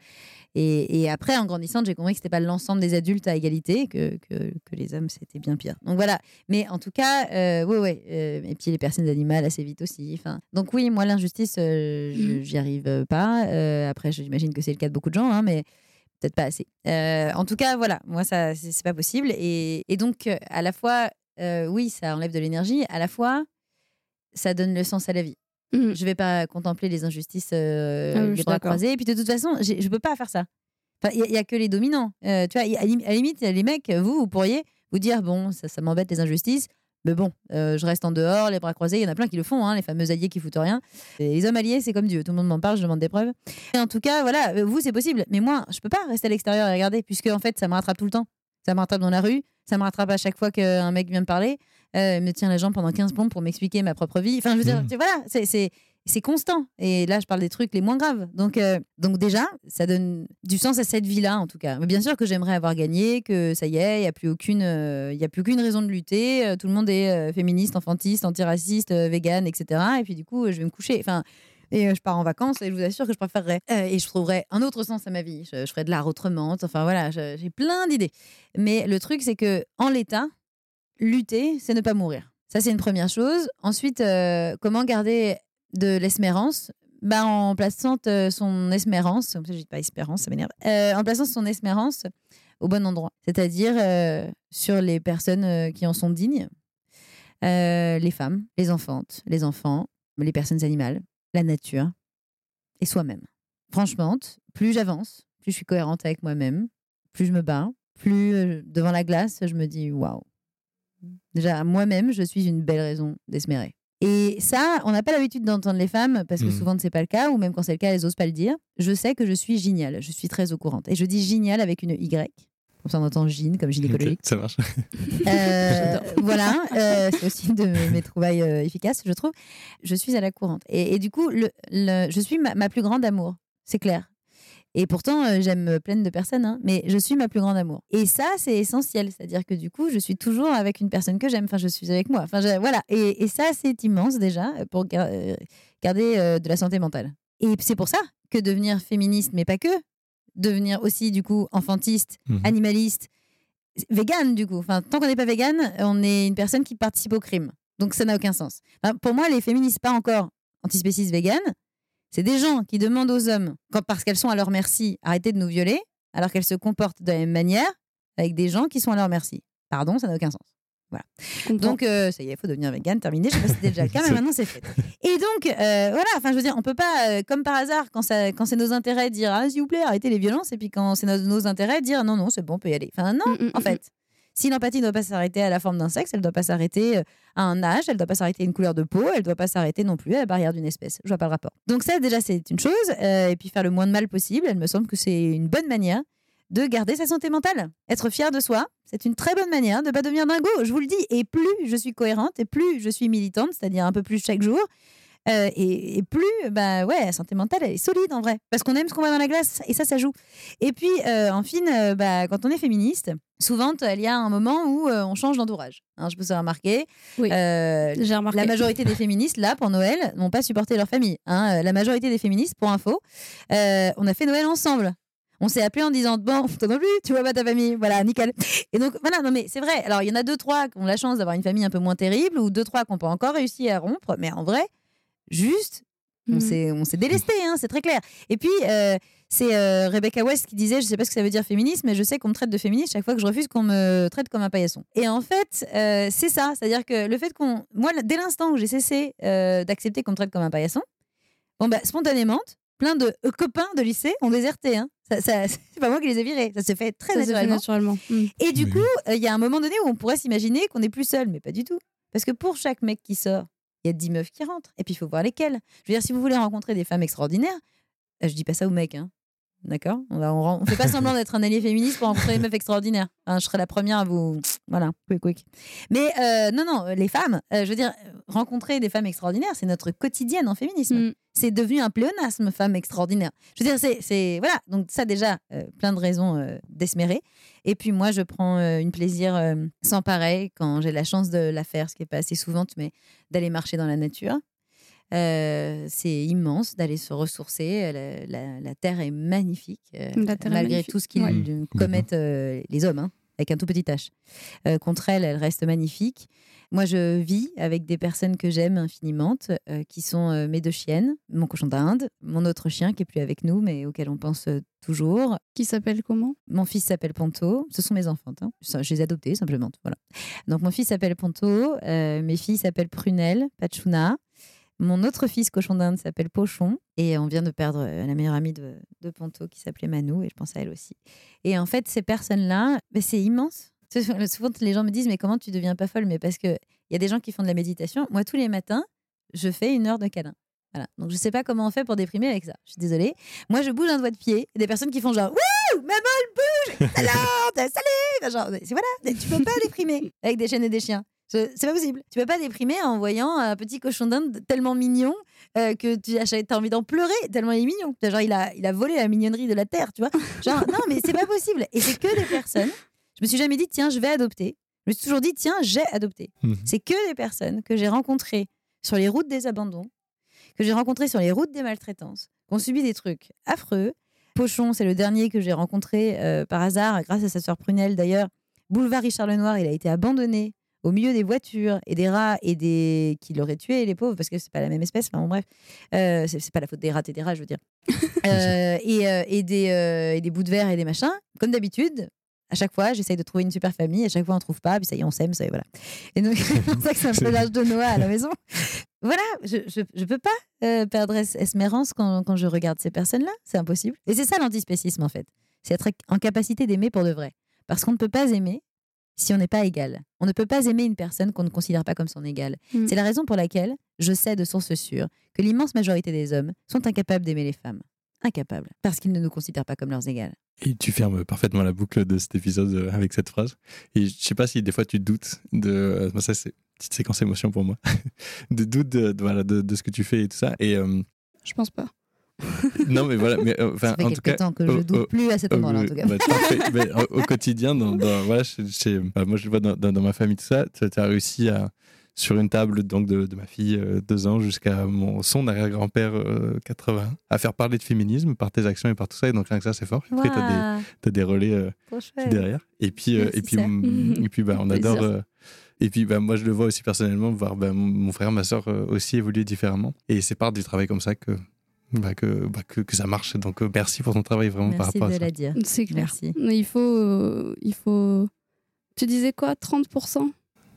[SPEAKER 5] et après, en grandissant, j'ai compris que c'était pas l'ensemble des adultes à égalité, que les hommes c'était bien pire. Donc voilà. Mais en tout cas, ouais. Et puis les personnes animales assez vite aussi. Enfin, donc oui, moi l'injustice, j'y arrive pas. Après, j'imagine que c'est le cas de beaucoup de gens, hein, mais peut-être pas assez. En tout cas, voilà, moi ça, c'est pas possible. Et donc à la fois, oui, ça enlève de l'énergie. À la fois, ça donne le sens à la vie. Je vais pas contempler les injustices les bras croisés. Et puis de toute façon, je peux pas faire ça. Enfin, il y a que les dominants. Tu vois, à la limite, les mecs, vous pourriez vous dire bon, ça m'embête les injustices. Mais bon, je reste en dehors, les bras croisés. Il y en a plein qui le font, hein, les fameux alliés qui foutent rien. Et les hommes alliés, c'est comme Dieu. Tout le monde m'en parle, je demande des preuves. Et en tout cas, voilà, vous, c'est possible. Mais moi, je peux pas rester à l'extérieur et regarder, puisque en fait, ça me rattrape tout le temps. Ça me rattrape dans la rue, ça me rattrape à chaque fois qu'un mec vient me parler, me tient la jambe pendant 15 plombs pour m'expliquer ma propre vie. Enfin, je veux dire, voilà, c'est constant. Et là, je parle des trucs les moins graves. Donc déjà, ça donne du sens à cette vie-là, en tout cas. Mais bien sûr que j'aimerais avoir gagné, que ça y est, il n'y a plus aucune raison de lutter. Tout le monde est féministe, enfantiste, antiraciste, vegan, etc. Et puis du coup, je vais me coucher. Enfin, et je pars en vacances et je vous assure que je préférerais. Et je trouverais un autre sens à ma vie. Je ferais de l'art autrement. Enfin voilà, j'ai plein d'idées. Mais le truc, c'est que en l'état, lutter, c'est ne pas mourir. Ça, c'est une première chose. Ensuite, comment garder de l'espérance, en plaçant son espérance, je dis pas espérance, ça m'énerve, en plaçant son espérance au bon endroit, c'est-à-dire sur les personnes qui en sont dignes, les femmes, les enfantes, les enfants, les personnes animales, la nature et soi-même. Franchement, plus j'avance, plus je suis cohérente avec moi-même, plus je me bats, plus devant la glace, je me dis waouh. Déjà, moi-même, je suis une belle raison d'espérer. Et ça, on n'a pas l'habitude d'entendre les femmes, parce que souvent, ce n'est pas le cas, ou même quand c'est le cas, elles n'osent pas le dire. Je sais que je suis géniale, je suis très au courant. Et je dis géniale avec une Y. Comme ça, on entend gyne, comme gynécologique.
[SPEAKER 4] Okay, ça marche.
[SPEAKER 5] Voilà, c'est aussi une de mes trouvailles efficaces, je trouve. Je suis à la courante. Et du coup, je suis ma plus grande amour, c'est clair. Et pourtant, j'aime plein de personnes, hein, mais je suis ma plus grande amour. Et ça, c'est essentiel. C'est-à-dire que du coup, je suis toujours avec une personne que j'aime. Enfin, je suis avec moi. Enfin, voilà. Et ça, c'est immense déjà pour garder de la santé mentale. Et c'est pour ça que devenir féministe, mais pas que, devenir aussi, du coup, enfantiste, animaliste, végane, du coup. Enfin, tant qu'on n'est pas végane, on est une personne qui participe au crime. Donc, ça n'a aucun sens. Enfin, pour moi, les féministes, pas encore antispécistes véganes, c'est des gens qui demandent aux hommes, parce qu'elles sont à leur merci, arrêtez de nous violer, alors qu'elles se comportent de la même manière avec des gens qui sont à leur merci. Pardon, ça n'a aucun sens. Voilà. Donc, ça y est, il faut devenir végane, terminé. Je sais pas si c'était déjà le cas, mais maintenant c'est fait. Et donc, voilà, enfin, je veux dire, on peut pas, comme par hasard, quand c'est nos intérêts, dire ah, s'il vous plaît, arrêtez les violences, et puis quand c'est nos intérêts, dire non, c'est bon, on peut y aller. Enfin, non, en fait. Si l'empathie ne doit pas s'arrêter à la forme d'un sexe, elle ne doit pas s'arrêter à un âge, elle ne doit pas s'arrêter à une couleur de peau, elle ne doit pas s'arrêter non plus à la barrière d'une espèce. Je vois pas le rapport. Donc ça, déjà, c'est une chose. Et puis faire le moins de mal possible, elle me semble que c'est une bonne manière de garder sa santé mentale. Être fier de soi, c'est une très bonne manière de ne pas devenir dingo, je vous le dis. Et plus je suis cohérente, et plus je suis militante, c'est-à-dire un peu plus chaque jour, et plus, la santé mentale, elle est solide en vrai. Parce qu'on aime ce qu'on voit dans la glace, et ça joue. Et puis, en fine, quand on est féministe, souvent, il y a un moment où on change d'entourage. Hein, je peux savoir remarquer.
[SPEAKER 3] Oui, j'ai remarqué.
[SPEAKER 5] La majorité des féministes, là, pour Noël, n'ont pas supporté leur famille. Hein. La majorité des féministes, pour info, on a fait Noël ensemble. On s'est appelé en disant bon, toi non plus, tu vois pas ta famille, voilà, nickel. Et donc voilà, non mais c'est vrai. Alors il y en a 2-3 qui ont la chance d'avoir une famille un peu moins terrible, ou 2-3 qui n'ont pas encore réussi à rompre, mais en vrai, juste, on s'est délesté, hein, c'est très clair. Et puis c'est Rebecca West qui disait, je sais pas ce que ça veut dire féminisme, mais je sais qu'on me traite de féministe chaque fois que je refuse qu'on me traite comme un paillasson. Et en fait, c'est ça, c'est-à-dire que le fait moi, dès l'instant où j'ai cessé d'accepter qu'on me traite comme un paillasson, spontanément, plein de copains de lycée ont déserté. Hein. C'est pas moi qui les ai virés. Ça se fait très naturellement. Et du coup, il y a un moment donné où on pourrait s'imaginer qu'on n'est plus seul, mais pas du tout. Parce que pour chaque mec qui sort, il y a 10 meufs qui rentrent. Et puis, il faut voir lesquelles. Je veux dire, si vous voulez rencontrer des femmes extraordinaires, je dis pas ça aux mecs, hein. D'accord ? On fait pas semblant d'être un allié féministe pour rencontrer des meufs extraordinaires. Hein, je serais la première à vous... Voilà, quick. Mais non, les femmes, je veux dire, rencontrer des femmes extraordinaires, c'est notre quotidienne en féminisme. C'est devenu un pléonasme, femme extraordinaire. Je veux dire, c'est voilà. Donc ça déjà, plein de raisons d'esmérer. Et puis moi, je prends une plaisir sans pareil quand j'ai la chance de la faire, ce qui est pas assez souvent, mais d'aller marcher dans la nature. C'est immense d'aller se ressourcer. La terre est magnifique, malgré tout ce qu'ils commettent les hommes, hein, avec un tout petit H. Contre elle reste magnifique. Moi, je vis avec des personnes que j'aime infiniment, qui sont mes 2 chiennes, mon cochon d'Inde, mon autre chien qui est plus avec nous, mais auquel on pense toujours.
[SPEAKER 3] Qui s'appelle comment ?
[SPEAKER 5] Mon fils s'appelle Ponto. Ce sont mes enfants. Hein. Je les ai adoptés, simplement. Voilà. Donc, mon fils s'appelle Ponto. Mes filles s'appellent Prunelle, Pachuna. Mon autre fils cochon d'Inde s'appelle Pochon, et on vient de perdre la meilleure amie de Ponto qui s'appelait Manou, et je pense à elle aussi. Et en fait, ces personnes-là, c'est immense. Souvent, les gens me disent, mais comment tu deviens pas folle ? Mais parce qu'il y a des gens qui font de la méditation. Moi, tous les matins, je fais 1 heure de câlin. Voilà. Donc, je sais pas comment on fait pour déprimer avec ça. Je suis désolée. Moi, je bouge un doigt de pied. Il y a des personnes qui font genre, wouh, maman, elle bouge, excellente, salut. Genre, voilà, tu peux pas déprimer avec des chiennes et des chiens. C'est pas possible. Tu peux pas déprimer en voyant un petit cochon d'Inde tellement mignon que tu as envie d'en pleurer tellement il est mignon. Genre, il a volé la mignonnerie de la terre, tu vois. Genre, non, mais c'est pas possible. Et c'est que des personnes. Je me suis jamais dit, tiens, je vais adopter. Je me suis toujours dit, tiens, j'ai adopté. C'est que des personnes que j'ai rencontrées sur les routes des abandons, que j'ai rencontrées sur les routes des maltraitances, qui ont subi des trucs affreux. Pochon, c'est le dernier que j'ai rencontré par hasard, grâce à sa sœur Prunelle d'ailleurs. Boulevard Richard Lenoir, il a été abandonné au milieu des voitures et des rats qui l'auraient tué, les pauvres, parce que c'est pas la même espèce. Enfin, bon, bref, c'est pas la faute des rats et des rats, je veux dire. Et des bouts de verre et des machins. Comme d'habitude, à chaque fois, j'essaye de trouver une super famille. À chaque fois, on trouve pas. Puis ça y est, on s'aime, ça y est, voilà. Et donc, c'est pour ça que c'est un peu l'âge de Noah à la maison. Voilà, je peux pas perdre espérance quand je regarde ces personnes-là. C'est impossible. Et c'est ça l'antispécisme, en fait. C'est être en capacité d'aimer pour de vrai. Parce qu'on ne peut pas aimer si on n'est pas égal. On ne peut pas aimer une personne qu'on ne considère pas comme son égal. C'est la raison pour laquelle je sais de source sûre que l'immense majorité des hommes sont incapables d'aimer les femmes. Incapables. Parce qu'ils ne nous considèrent pas comme leurs égales.
[SPEAKER 4] Et tu fermes parfaitement la boucle de cet épisode avec cette phrase. Et je sais pas si des fois tu doutes de... ça, c'est une petite séquence émotion pour moi. de doute de ce que tu fais et tout ça. Et,
[SPEAKER 3] je pense pas.
[SPEAKER 4] Non, mais voilà. Mais,
[SPEAKER 5] ça fait quelques temps que je doute plus à cet endroit-là, en tout cas.
[SPEAKER 4] Mais au quotidien, voilà, moi, je le vois dans ma famille, tout ça, tu as réussi sur une table donc de ma fille 2 ans jusqu'à son arrière-grand-père 80, à faire parler de féminisme par tes actions et par tout ça. Et donc, rien que ça, c'est fort. Après, tu as des relais derrière. Et puis, on adore... Et puis, moi, je le vois aussi personnellement, voir mon frère, ma soeur aussi évoluer différemment. Et c'est part du travail comme ça que ça marche. Donc, merci pour ton travail vraiment par rapport à ça.
[SPEAKER 5] Merci de la dire.
[SPEAKER 3] C'est clair.
[SPEAKER 5] Merci.
[SPEAKER 3] Mais il faut... Tu disais quoi ? 30% ?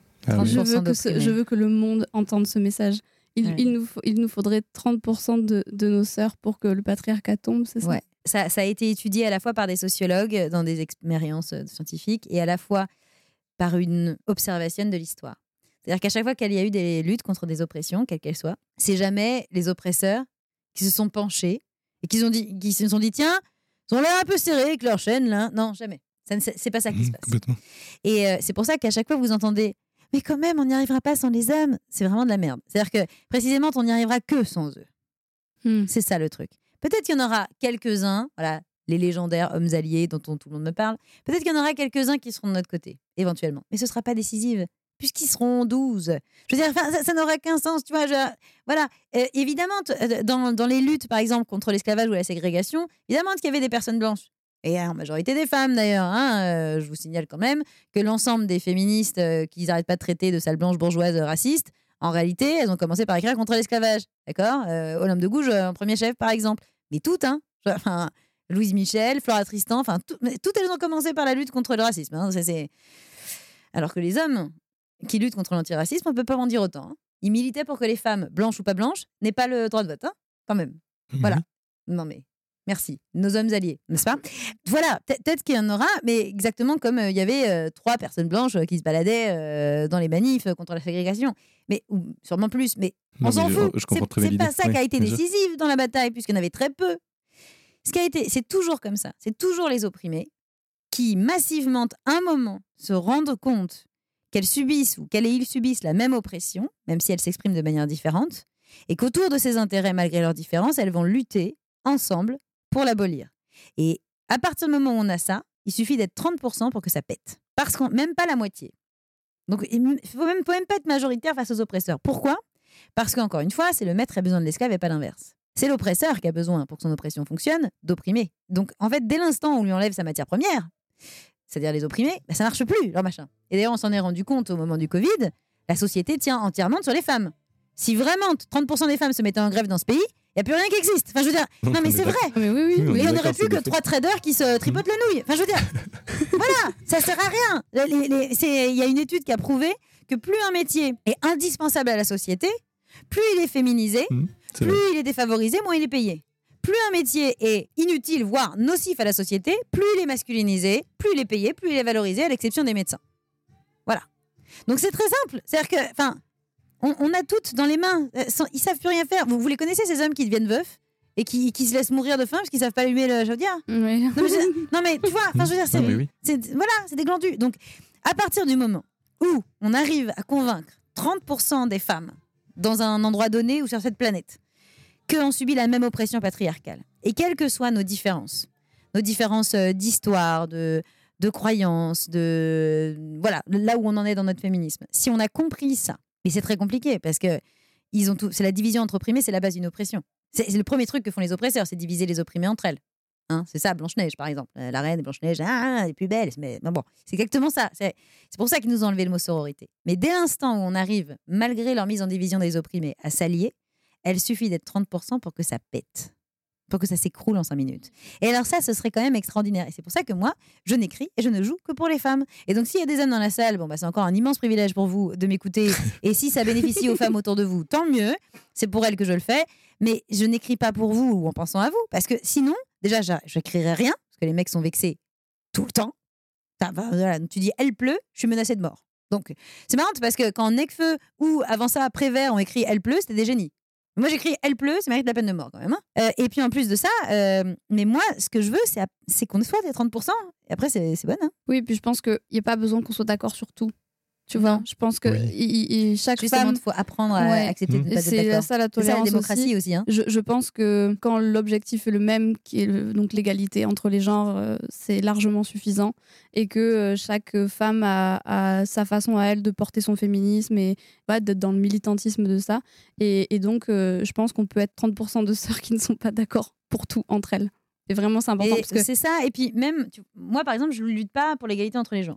[SPEAKER 3] Je veux que le monde entende ce message. Il nous faudrait 30% de nos sœurs pour que le patriarcat tombe, c'est ça ?
[SPEAKER 5] Ouais. Ça a été étudié à la fois par des sociologues dans des expériences scientifiques et à la fois par une observation de l'histoire. C'est-à-dire qu'à chaque fois qu'il y a eu des luttes contre des oppressions, quelles qu'elles soient, c'est jamais les oppresseurs qui se sont penchés et qui se sont dit tiens, Ils ont l'air un peu serrés avec leur chaîne, là. Non, jamais. C'est pas ça qui se passe.
[SPEAKER 4] Complètement.
[SPEAKER 5] Et c'est pour ça qu'à chaque fois, vous entendez « Mais quand même, on n'y arrivera pas sans les hommes ». C'est vraiment de la merde. C'est-à-dire que, précisément, on n'y arrivera que sans eux. C'est ça, le truc. Peut-être qu'il y en aura quelques-uns, voilà, les légendaires hommes alliés dont tout le monde me parle. Peut-être qu'il y en aura quelques-uns qui seront de notre côté, éventuellement. Mais ce ne sera pas décisif, puisqu'ils seront 12. Je veux dire, ça n'aurait qu'un sens, tu vois. Voilà. Évidemment, dans les luttes, par exemple, contre l'esclavage ou la ségrégation, évidemment qu'il y avait des personnes blanches. Et en majorité des femmes, d'ailleurs. Je vous signale quand même que l'ensemble des féministes qu'ils n'arrêtent pas de traiter de sales blanches bourgeoises racistes, en réalité, elles ont commencé par écrire contre l'esclavage. D'accord Olympe de Gouges, en premier chef, par exemple. Mais toutes, Louise Michel, Flora Tristan, toutes elles ont commencé par la lutte contre le racisme. Alors que les hommes qui luttent contre l'antiracisme, on ne peut pas en dire autant. Ils militaient pour que les femmes, blanches ou pas blanches, n'aient pas le droit de vote, quand même. Voilà. Non mais, merci. Nos hommes alliés, n'est-ce pas? Voilà, peut-être qu'il y en aura, mais exactement comme il y avait 3 personnes blanches qui se baladaient dans les manifs contre la ségrégation. Mais, ou sûrement plus, mais on s'en fout. C'est pas ça qui a été décisif dans la bataille, puisqu'il y en avait très peu. C'est toujours comme ça. C'est toujours les opprimés qui, massivement, à un moment, se rendent compte qu'elles subissent ou qu'ils subissent la même oppression, même si elles s'expriment de manière différente, et qu'autour de ces intérêts, malgré leurs différences, elles vont lutter ensemble pour l'abolir. Et à partir du moment où on a ça, il suffit d'être 30% pour que ça pète. Parce qu'on même pas la moitié. Donc, il ne faut même pas être majoritaire face aux oppresseurs. Pourquoi ? Parce qu'encore une fois, c'est le maître qui a besoin de l'esclave et pas l'inverse. C'est l'oppresseur qui a besoin, pour que son oppression fonctionne, d'opprimer. Donc, en fait, dès l'instant où on lui enlève sa matière première, c'est-à-dire les opprimés, ça marche plus, leur machin. Et d'ailleurs, on s'en est rendu compte au moment du Covid, la société tient entièrement sur les femmes. Si vraiment 30% des femmes se mettaient en grève dans ce pays, il n'y a plus rien qui existe. Enfin, je veux dire, non mais c'est vrai.
[SPEAKER 3] Mais oui.
[SPEAKER 5] Et on n'aurait plus que 3 traders qui se tripotent la nouille. Enfin, je veux dire, voilà, ça sert à rien. Il y a une étude qui a prouvé que plus un métier est indispensable à la société, plus il est féminisé, plus il est défavorisé, moins il est payé. Plus un métier est inutile, voire nocif à la société, plus il est masculinisé, plus il est payé, plus il est valorisé, à l'exception des médecins. Voilà. Donc c'est très simple. C'est-à-dire que, on a toutes dans les mains. Ils savent plus rien faire. Vous les connaissez, ces hommes qui deviennent veufs et qui se laissent mourir de faim parce qu'ils savent pas allumer le chaudière.
[SPEAKER 3] Oui.
[SPEAKER 5] Non mais tu vois, je veux dire, c'est des glandus. Donc à partir du moment où on arrive à convaincre 30% des femmes dans un endroit donné ou sur cette planète qu'on subit la même oppression patriarcale, et quelles que soient nos différences d'histoire, de croyances, voilà, là où on en est dans notre féminisme, si on a compris ça, et c'est très compliqué parce que c'est la division entre opprimés, c'est la base d'une oppression. C'est le premier truc que font les oppresseurs, c'est diviser les opprimés entre elles. C'est ça, Blanche-Neige, par exemple. La reine de Blanche-Neige, elle est plus belle. Mais bon, c'est exactement ça. C'est pour ça qu'ils nous ont enlevé le mot sororité. Mais dès l'instant où on arrive, malgré leur mise en division des opprimés, à s'allier, il suffit d'être 30% pour que ça pète. Pour que ça s'écroule en 5 minutes. Et alors ça, ce serait quand même extraordinaire. Et c'est pour ça que moi, je n'écris et je ne joue que pour les femmes. Et donc s'il y a des hommes dans la salle, c'est encore un immense privilège pour vous de m'écouter. Et si ça bénéficie aux femmes autour de vous, tant mieux. C'est pour elles que je le fais. Mais je n'écris pas pour vous ou en pensant à vous. Parce que sinon, déjà, je n'écrirai rien. Parce que les mecs sont vexés tout le temps. Voilà, tu dis « elle pleut », je suis menacée de mort. Donc c'est marrant parce que quand Necfeu ou avant ça, Prévert ont écrit « elle pleut », c'était des génies. Moi, j'écris « elle pleut », ça mérite la peine de mort quand même. Et puis en plus de ça, mais moi, ce que je veux, c'est qu'on soit des 30%. Et après, c'est bon.
[SPEAKER 3] Oui, puis je pense qu'il n'y a pas besoin qu'on soit d'accord sur tout. Tu vois, je pense que chaque
[SPEAKER 5] justement,
[SPEAKER 3] femme...
[SPEAKER 5] il faut apprendre à accepter de ne pas être d'accord.
[SPEAKER 3] C'est ça la tolérance.
[SPEAKER 5] C'est la démocratie aussi.
[SPEAKER 3] Je pense que quand l'objectif est le même, qui est donc l'égalité entre les genres, c'est largement suffisant. Et que chaque femme a sa façon à elle de porter son féminisme et d'être dans le militantisme de ça. Et donc, je pense qu'on peut être 30% de sœurs qui ne sont pas d'accord pour tout entre elles. Et vraiment, c'est important. Parce que
[SPEAKER 5] c'est ça. Et puis même, moi, par exemple, je ne lutte pas pour l'égalité entre les genres.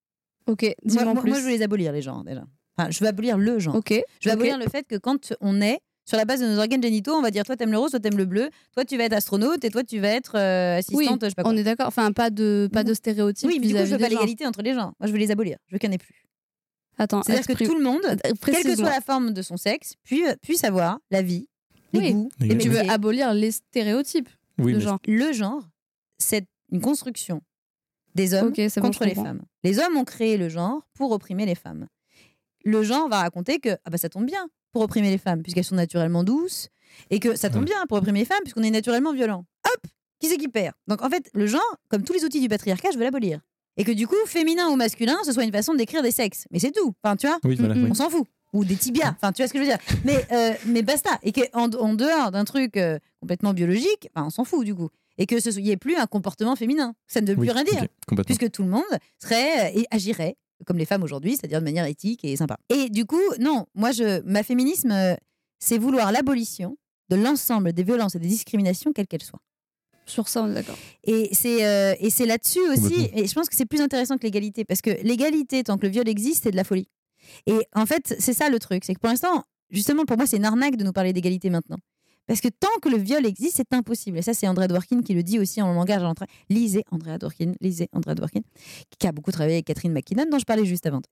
[SPEAKER 3] Ok, dis-moi en plus.
[SPEAKER 5] Moi, je veux les abolir, les genres, déjà. Enfin, je veux abolir le genre.
[SPEAKER 3] Okay.
[SPEAKER 5] Je veux abolir le fait que quand on est sur la base de nos organes génitaux, on va dire toi t'aimes le rose, toi t'aimes le bleu, toi tu vas être astronaute et toi tu vas être assistante, je sais pas quoi.
[SPEAKER 3] On est d'accord. Enfin, pas de stéréotypes.
[SPEAKER 5] Oui, mais du coup, je veux pas l'égalité entre les genres. Moi, je veux les abolir. Je veux qu'il n'y en ait plus.
[SPEAKER 3] Attends,
[SPEAKER 5] c'est-à-dire que tout le monde, quelle que soit la forme de son sexe, puisse avoir la vie, les goûts, les métiers.
[SPEAKER 3] Tu veux abolir les stéréotypes de genre.
[SPEAKER 5] Le genre, c'est une construction des hommes contre les femmes. Les hommes ont créé le genre pour opprimer les femmes. Le genre va raconter que ça tombe bien pour opprimer les femmes, puisqu'elles sont naturellement douces, et que ça tombe bien pour opprimer les femmes, puisqu'on est naturellement violent. Hop, Qui c'est qui perd? Donc en fait, le genre, comme tous les outils du patriarcat, je veux l'abolir. Et que du coup, féminin ou masculin, ce soit une façon de décrire des sexes. Mais c'est tout. Enfin, tu vois,
[SPEAKER 4] Oui, voilà, oui.
[SPEAKER 5] on s'en fout. Ou des tibias. Enfin, tu vois ce que je veux dire. Mais basta. Et qu'en dehors d'un truc complètement biologique, on s'en fout du coup. Et que il n'y ait plus un comportement féminin. Ça ne veut plus
[SPEAKER 4] Oui,
[SPEAKER 5] rien dire.
[SPEAKER 4] ok, complètement.
[SPEAKER 5] Puisque tout le monde serait et agirait comme les femmes aujourd'hui, c'est-à-dire de manière éthique et sympa. Et du coup, non, moi, ma féminisme, c'est vouloir l'abolition de l'ensemble des violences et des discriminations, quelles qu'elles soient.
[SPEAKER 3] Sur ça, on est d'accord.
[SPEAKER 5] Et c'est là-dessus aussi, et je pense que c'est plus intéressant que l'égalité, parce que l'égalité, tant que le viol existe, c'est de la folie. Et en fait, c'est ça le truc, c'est que pour l'instant, justement, pour moi, c'est une arnaque de nous parler d'égalité maintenant. Parce que tant que le viol existe, c'est impossible. Et ça, c'est Andrea Dworkin qui le dit aussi en langage à l'entrée. Lisez Andrea Dworkin, qui a beaucoup travaillé avec Catherine McKinnon, dont je parlais juste avant.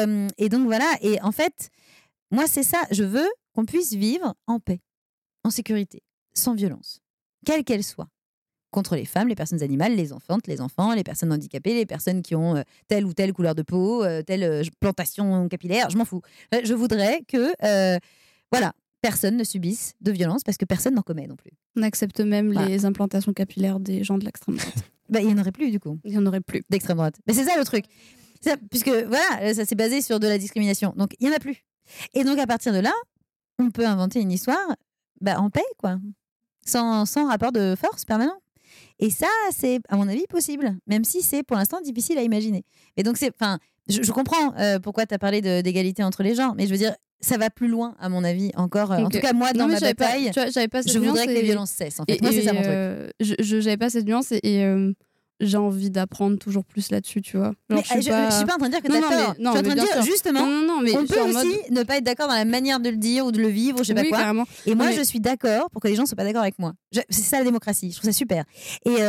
[SPEAKER 5] Et donc voilà, et en fait, moi, c'est ça, je veux qu'on puisse vivre en paix, en sécurité, sans violence, quelle qu'elle soit. Contre les femmes, les personnes animales, les enfants, les personnes handicapées, les personnes qui ont telle ou telle couleur de peau, telle plantation capillaire, je m'en fous. Je voudrais que, voilà, personne ne subisse de violence parce que personne n'en commet non plus.
[SPEAKER 3] On accepte même les implantations capillaires des gens de l'extrême droite.
[SPEAKER 5] Il n'y en aurait plus du coup.
[SPEAKER 3] Il n'y en aurait plus.
[SPEAKER 5] D'extrême droite. Mais c'est ça le truc. Puisque voilà, ça s'est basé sur de la discrimination. Donc il n'y en a plus. Et donc à partir de là, on peut inventer une histoire en paix, quoi. Sans rapport de force permanent. Et ça, c'est, à mon avis, possible, même si c'est pour l'instant difficile à imaginer. Et donc, je comprends pourquoi tu as parlé d'égalité entre les genres, mais je veux dire, ça va plus loin, à mon avis, encore. En tout cas, moi, dans ma bataille, je voudrais que les violences cessent. En fait. Moi, c'est ça mon truc.
[SPEAKER 3] Je n'avais pas cette nuance et j'ai envie d'apprendre toujours plus là-dessus, tu vois.
[SPEAKER 5] Genre, je suis pas en train de dire que t'as tort. Je suis en train de dire, justement, on peut aussi ne pas être d'accord dans la manière de le dire ou de le vivre, ou je sais pas quoi.
[SPEAKER 3] Carrément.
[SPEAKER 5] Et moi, je suis d'accord pour que les gens soient pas d'accord avec moi. C'est ça la démocratie. Je trouve ça super. Et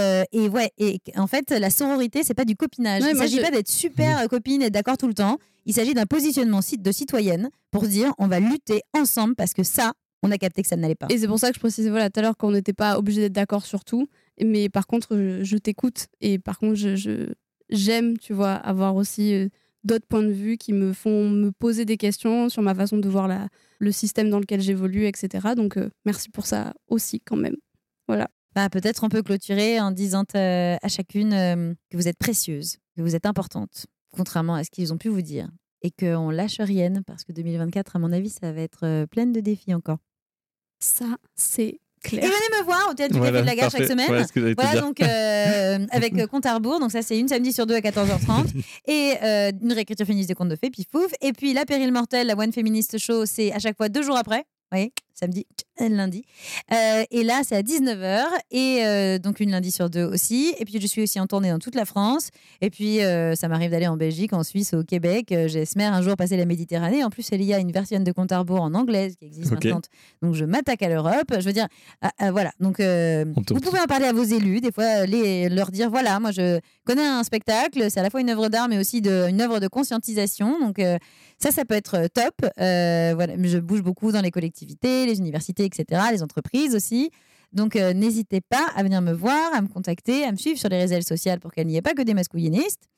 [SPEAKER 5] en fait, la sororité, c'est pas du copinage. Il s'agit pas d'être super copine et d'être d'accord tout le temps. Il s'agit d'un positionnement de citoyenne pour dire, on va lutter ensemble parce que ça, on a capté que ça n'allait pas.
[SPEAKER 3] Et c'est pour ça que je précisais tout à l'heure qu'on n'était pas obligé d'être d'accord sur tout. Mais par contre, je t'écoute et par contre, j'aime, tu vois, avoir aussi d'autres points de vue qui me font me poser des questions sur ma façon de voir le système dans lequel j'évolue, etc. Donc, merci pour ça aussi, quand même. Voilà.
[SPEAKER 5] Peut-être on peut clôturer en disant à chacune que vous êtes précieuse, que vous êtes importante, contrairement à ce qu'ils ont pu vous dire, et qu'on lâche rien, parce que 2024, à mon avis, ça va être plein de défis encore.
[SPEAKER 3] Ça, c'est clair.
[SPEAKER 5] Et venez me voir au Théâtre du Café de la Gare chaque semaine. Voilà, donc avec Compte à rebours. Donc ça, c'est une samedi sur deux à 14h30. Et une réécriture féministe des contes de fées, pif pouf. Et puis La Pérille Mortelle, la One Feminist Show, c'est à chaque fois 2 jours après. Vous voyez, samedi, lundi. Et là, c'est à 19h. Et donc, une lundi sur 2 aussi. Et puis, je suis aussi en tournée dans toute la France. Et puis, ça m'arrive d'aller en Belgique, en Suisse, au Québec. J'espère un jour passer la Méditerranée. En plus, il y a une version de Compte à rebours en anglaise qui existe maintenant. Donc, je m'attaque à l'Europe. Je veux dire, voilà. Donc, vous pouvez en parler à vos élus. Des fois, leur dire, voilà, moi, je connais un spectacle. C'est à la fois une œuvre d'art, mais aussi une œuvre de conscientisation. Donc, ça peut être top. Voilà. Je bouge beaucoup dans les collectivités, les universités, etc., les entreprises aussi. Donc, n'hésitez pas à venir me voir, à me contacter, à me suivre sur les réseaux sociaux pour qu'il n'y ait pas que des masculinistes.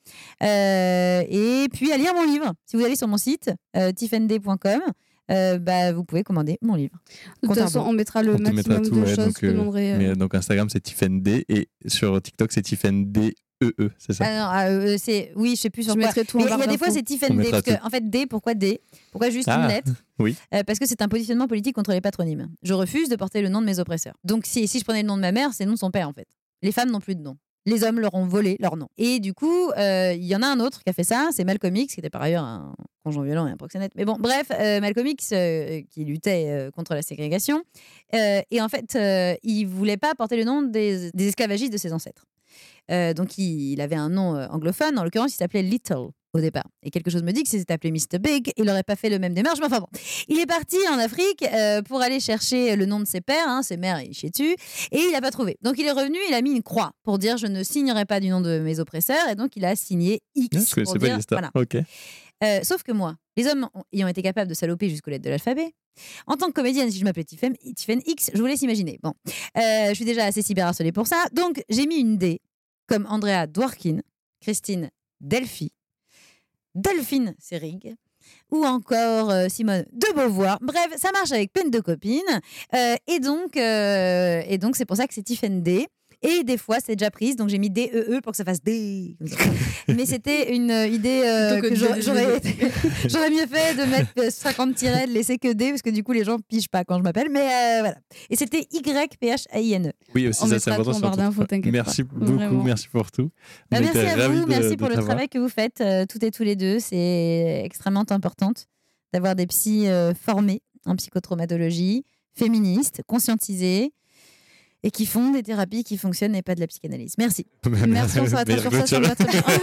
[SPEAKER 5] Et puis, à lire mon livre. Si vous allez sur mon site, tiffend.com, vous pouvez commander mon livre.
[SPEAKER 3] De toute façon, on mettra le maximum de choses que demanderait...
[SPEAKER 4] Mais donc, Instagram, c'est tiffend et sur TikTok, c'est tiffnd. C'est ça.
[SPEAKER 5] Oui, je sais plus sur quoi.
[SPEAKER 3] Tout
[SPEAKER 5] mais il y a des fois, c'est Tiffany D. Parce que, en fait, D, pourquoi D? Pourquoi juste une lettre?
[SPEAKER 4] Oui.
[SPEAKER 5] Parce que c'est un positionnement politique contre les patronymes. Je refuse de porter le nom de mes oppresseurs. Donc, si je prenais le nom de ma mère, c'est le nom de son père, en fait. Les femmes n'ont plus de nom. Les hommes leur ont volé leur nom. Et du coup, il y en a un autre qui a fait ça, c'est Malcolm X, qui était par ailleurs un conjoint violent et un proxénète. Mais bon, bref, Malcolm X, qui luttait contre la ségrégation. Et en fait, il voulait pas porter le nom des esclavagistes de ses ancêtres. Donc il avait un nom anglophone, en l'occurrence il s'appelait Little au départ. Et quelque chose me dit que s'il s'était appelé Mr. Big, il n'aurait pas fait le même démarche. Mais enfin bon, il est parti en Afrique pour aller chercher le nom de ses pères, ses mères il chiait dessus, et il n'a pas trouvé. Donc il est revenu, il a mis une croix pour dire je ne signerai pas du nom de mes oppresseurs, et donc il a signé X pour dire voilà.
[SPEAKER 4] Okay.
[SPEAKER 5] Sauf que moi, les hommes ayant été capables de saloper jusqu'aux lettres de l'alphabet, en tant que comédienne, si je m'appelais Tiffen X, je vous laisse imaginer. Bon, je suis déjà assez cyberharcelée pour ça, donc j'ai mis une D comme Andrea Dworkin, Christine Delphi, Delphine Seyrig, ou encore Simone de Beauvoir. Bref, ça marche avec plein de copines. Et donc, c'est pour ça que c'est Tiffen D. Et des fois, c'est déjà prise, donc j'ai mis DEE pour que ça fasse D. Mais c'était une idée que j'aurais mieux fait de mettre 50 tirets, de laisser que D, parce que du coup, les gens pigent pas quand je m'appelle. Mais voilà. Et c'était YPHAINE.
[SPEAKER 4] Oui, aussi, ça, c'est important. Merci beaucoup,
[SPEAKER 3] Vraiment.
[SPEAKER 4] merci pour tout.
[SPEAKER 5] Merci à vous, merci pour le travail que vous faites, toutes et tous les deux. C'est extrêmement important d'avoir des psys formés en psychotraumatologie, féministes, conscientisés, et qui font des thérapies qui fonctionnent et pas de la psychanalyse. Merci.
[SPEAKER 3] Merci, on s'arrêtera sur ça, ça me va très bien.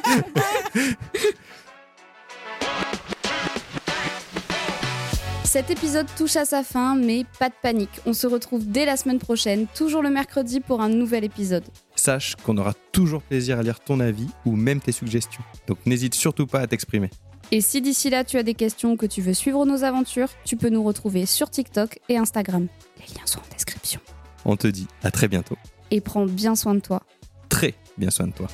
[SPEAKER 3] Cet épisode touche à sa fin, mais pas de panique. On se retrouve dès la semaine prochaine, toujours le mercredi pour un nouvel épisode.
[SPEAKER 4] Sache qu'on aura toujours plaisir à lire ton avis ou même tes suggestions. Donc n'hésite surtout pas à t'exprimer.
[SPEAKER 3] Et si d'ici là tu as des questions ou que tu veux suivre nos aventures, tu peux nous retrouver sur TikTok et Instagram. Les liens sont en description.
[SPEAKER 4] On te dit à très bientôt.
[SPEAKER 3] Et prends bien soin de toi.
[SPEAKER 4] Très bien soin de toi.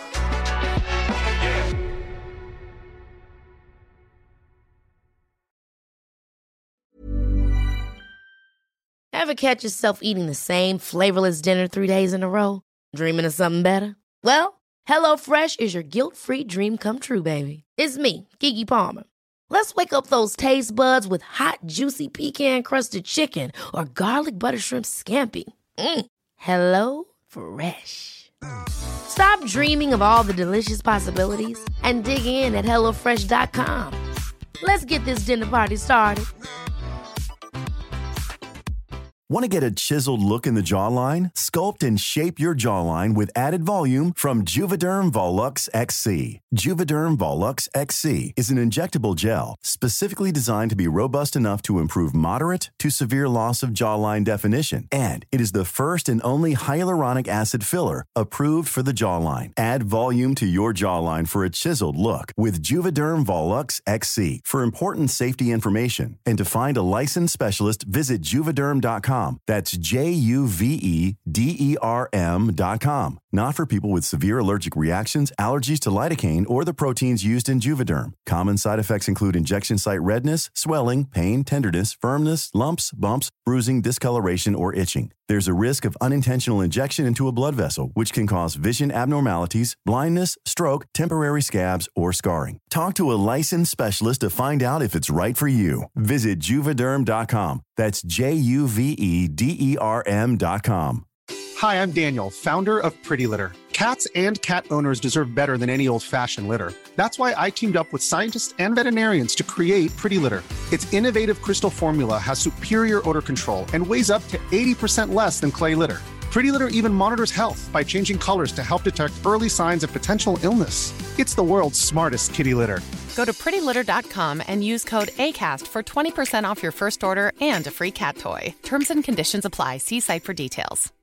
[SPEAKER 6] Ever catch yourself eating the same flavorless dinner 3 days in a row? Dreaming of something better? Well, HelloFresh is your guilt-free dream come true, baby. It's me, Keke Palmer. Let's wake up those taste buds with hot, juicy pecan-crusted chicken or garlic butter shrimp scampi. Hello Fresh. Stop dreaming of all the delicious possibilities and dig in at HelloFresh.com. Let's get this dinner party started.
[SPEAKER 7] Want to get a chiseled look in the jawline? Sculpt and shape your jawline with added volume from Juvederm Volux XC. Juvederm Volux XC is an injectable gel specifically designed to be robust enough to improve moderate to severe loss of jawline definition. And it is the first and only hyaluronic acid filler approved for the jawline. Add volume to your jawline for a chiseled look with Juvederm Volux XC. For important safety information and to find a licensed specialist, visit Juvederm.com. That's Juvederm.com. Not for people with severe allergic reactions, allergies to lidocaine, or the proteins used in Juvederm. Common side effects include injection site redness, swelling, pain, tenderness, firmness, lumps, bumps, bruising, discoloration, or itching. There's a risk of unintentional injection into a blood vessel, which can cause vision abnormalities, blindness, stroke, temporary scabs, or scarring. Talk to a licensed specialist to find out if it's right for you. Visit Juvederm.com. That's Juvederm.com.
[SPEAKER 8] Hi, I'm Daniel, founder of Pretty Litter. Cats and cat owners deserve better than any old-fashioned litter. That's why I teamed up with scientists and veterinarians to create Pretty Litter. Its innovative crystal formula has superior odor control and weighs up to 80% less than clay litter. Pretty Litter even monitors health by changing colors to help detect early signs of potential illness. It's the world's smartest kitty litter.
[SPEAKER 9] Go to prettylitter.com and use code ACAST for 20% off your first order and a free cat toy. Terms and conditions apply. See site for details.